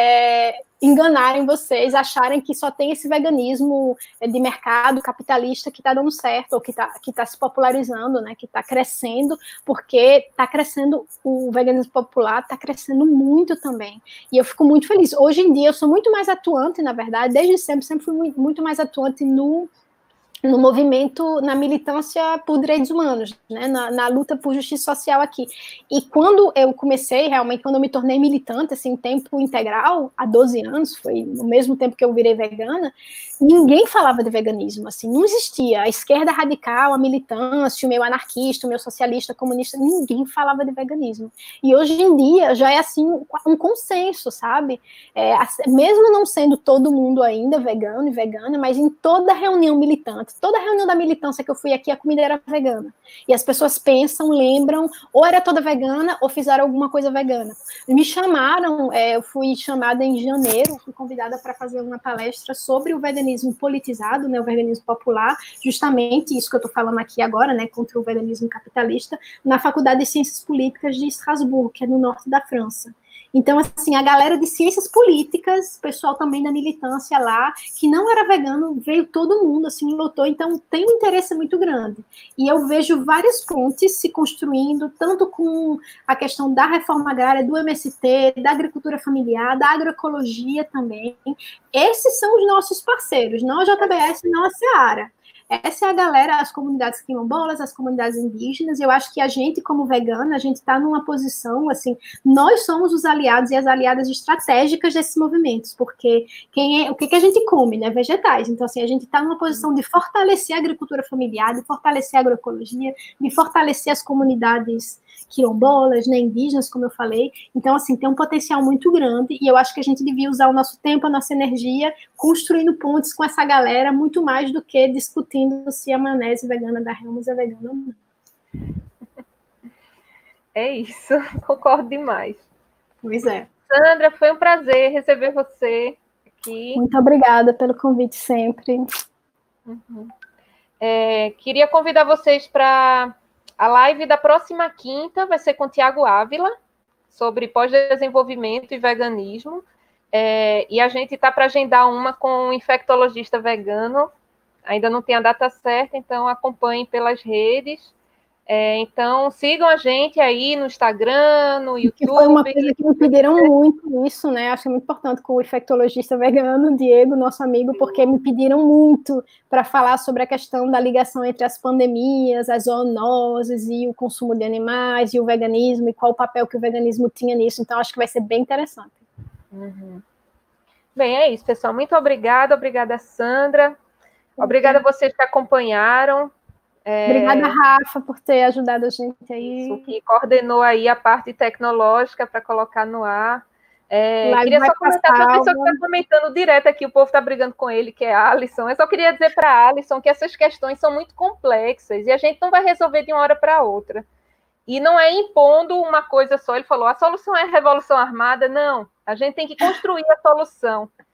é, enganarem vocês, acharem que só tem esse veganismo de mercado capitalista que está dando certo, ou que está que tá se popularizando, né, que está crescendo, porque está crescendo, o veganismo popular está crescendo muito também. E eu fico muito feliz. Hoje em dia, eu sou muito mais atuante, na verdade, desde sempre, sempre fui muito, muito mais atuante no no movimento, na militância por direitos humanos, né, na, na luta por justiça social aqui. E quando eu comecei, realmente, quando eu me tornei militante, assim, em tempo integral, há doze anos, foi no mesmo tempo que eu virei vegana, ninguém falava de veganismo, assim, não existia. A esquerda radical, a militância, o meu anarquista, o meu socialista, comunista, ninguém falava de veganismo. E hoje em dia já é, assim, um consenso, sabe? É, mesmo não sendo todo mundo ainda vegano e vegana, mas em toda reunião militante, toda reunião da militância que eu fui aqui, a comida era vegana. E as pessoas pensam, lembram, ou era toda vegana, ou fizeram alguma coisa vegana. Me chamaram, é, eu fui chamada em janeiro, fui convidada para fazer uma palestra sobre o veganismo politizado, né, o veganismo popular, justamente isso que eu estou falando aqui agora, né, contra o veganismo capitalista, na Faculdade de Ciências Políticas de Estrasburgo, que é no norte da França. Então, assim, a galera de ciências políticas, o pessoal também da militância lá, que não era vegano, veio todo mundo, assim, lotou. Então, tem um interesse muito grande. E eu vejo várias pontes se construindo, tanto com a questão da reforma agrária, do M S T, da agricultura familiar, da agroecologia também. Esses são os nossos parceiros, não a J B S, não a Seara. Essa é a galera, as comunidades quilombolas, as comunidades indígenas. Eu acho que a gente, como vegana, a gente está numa posição, assim, nós somos os aliados e as aliadas estratégicas desses movimentos, porque quem é, o que, que a gente come, né? Vegetais. Então, assim, a gente está numa posição de fortalecer a agricultura familiar, de fortalecer a agroecologia, de fortalecer as comunidades quilombolas, né, indígenas, como eu falei. Então, assim, tem um potencial muito grande e eu acho que a gente devia usar o nosso tempo, a nossa energia, construindo pontes com essa galera, muito mais do que discutindo se a maionese vegana da Hellmann's é vegana ou não. É isso, concordo demais. Pois é. Sandra, foi um prazer receber você aqui. Muito obrigada pelo convite sempre. Uhum. É, queria convidar vocês para a live da próxima quinta, vai ser com o Tiago Ávila, sobre pós-desenvolvimento e veganismo. É, e a gente está para agendar uma com um infectologista vegano. Ainda não tem a data certa, então acompanhem pelas redes. É, então, sigam a gente aí no Instagram, no YouTube. Que foi uma coisa que me pediram muito isso, né? Acho muito importante com o infectologista vegano, Diego, nosso amigo, porque me pediram muito para falar sobre a questão da ligação entre as pandemias, as zoonoses e o consumo de animais e o veganismo e qual o papel que o veganismo tinha nisso. Então, acho que vai ser bem interessante. Uhum. Bem, é isso, pessoal. Muito obrigada. Obrigada, Sandra. Obrigada a vocês que acompanharam. É... Obrigada, Rafa, por ter ajudado a gente aí. Isso, que coordenou aí a parte tecnológica para colocar no ar. É, queria só comentar para a pessoa que está comentando direto aqui, o povo está brigando com ele, que é a Alisson. Eu só queria dizer para a Alisson que essas questões são muito complexas e a gente não vai resolver de uma hora para outra. E não é impondo uma coisa só. Ele falou, a solução é a revolução armada. Não, a gente tem que construir a solução.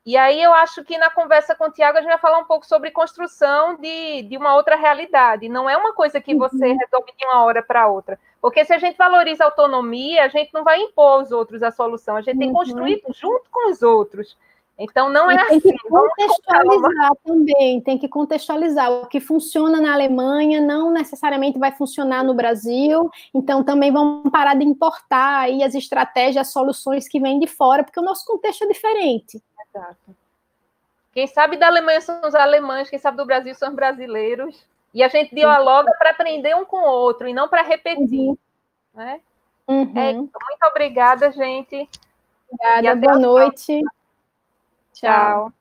E aí eu acho que na conversa com o Tiago a gente vai falar um pouco sobre construção de, de uma outra realidade. Não é uma coisa que você uhum. resolve de uma hora para outra. Porque se a gente valoriza a autonomia, a gente não vai impor aos outros a solução. A gente uhum. tem que construir junto com os outros. Então, não é tem assim. Tem que contextualizar também, tem que contextualizar. O que funciona na Alemanha não necessariamente vai funcionar no Brasil, então também vamos parar de importar aí as estratégias, as soluções que vêm de fora, porque o nosso contexto é diferente. Exato. Quem sabe da Alemanha são os alemães, quem sabe do Brasil são os brasileiros, e a gente dialoga para aprender um com o outro, e não para repetir. Uhum. Né? Uhum. É, muito obrigada, gente. Obrigada, boa noite. Tchau. Tchau.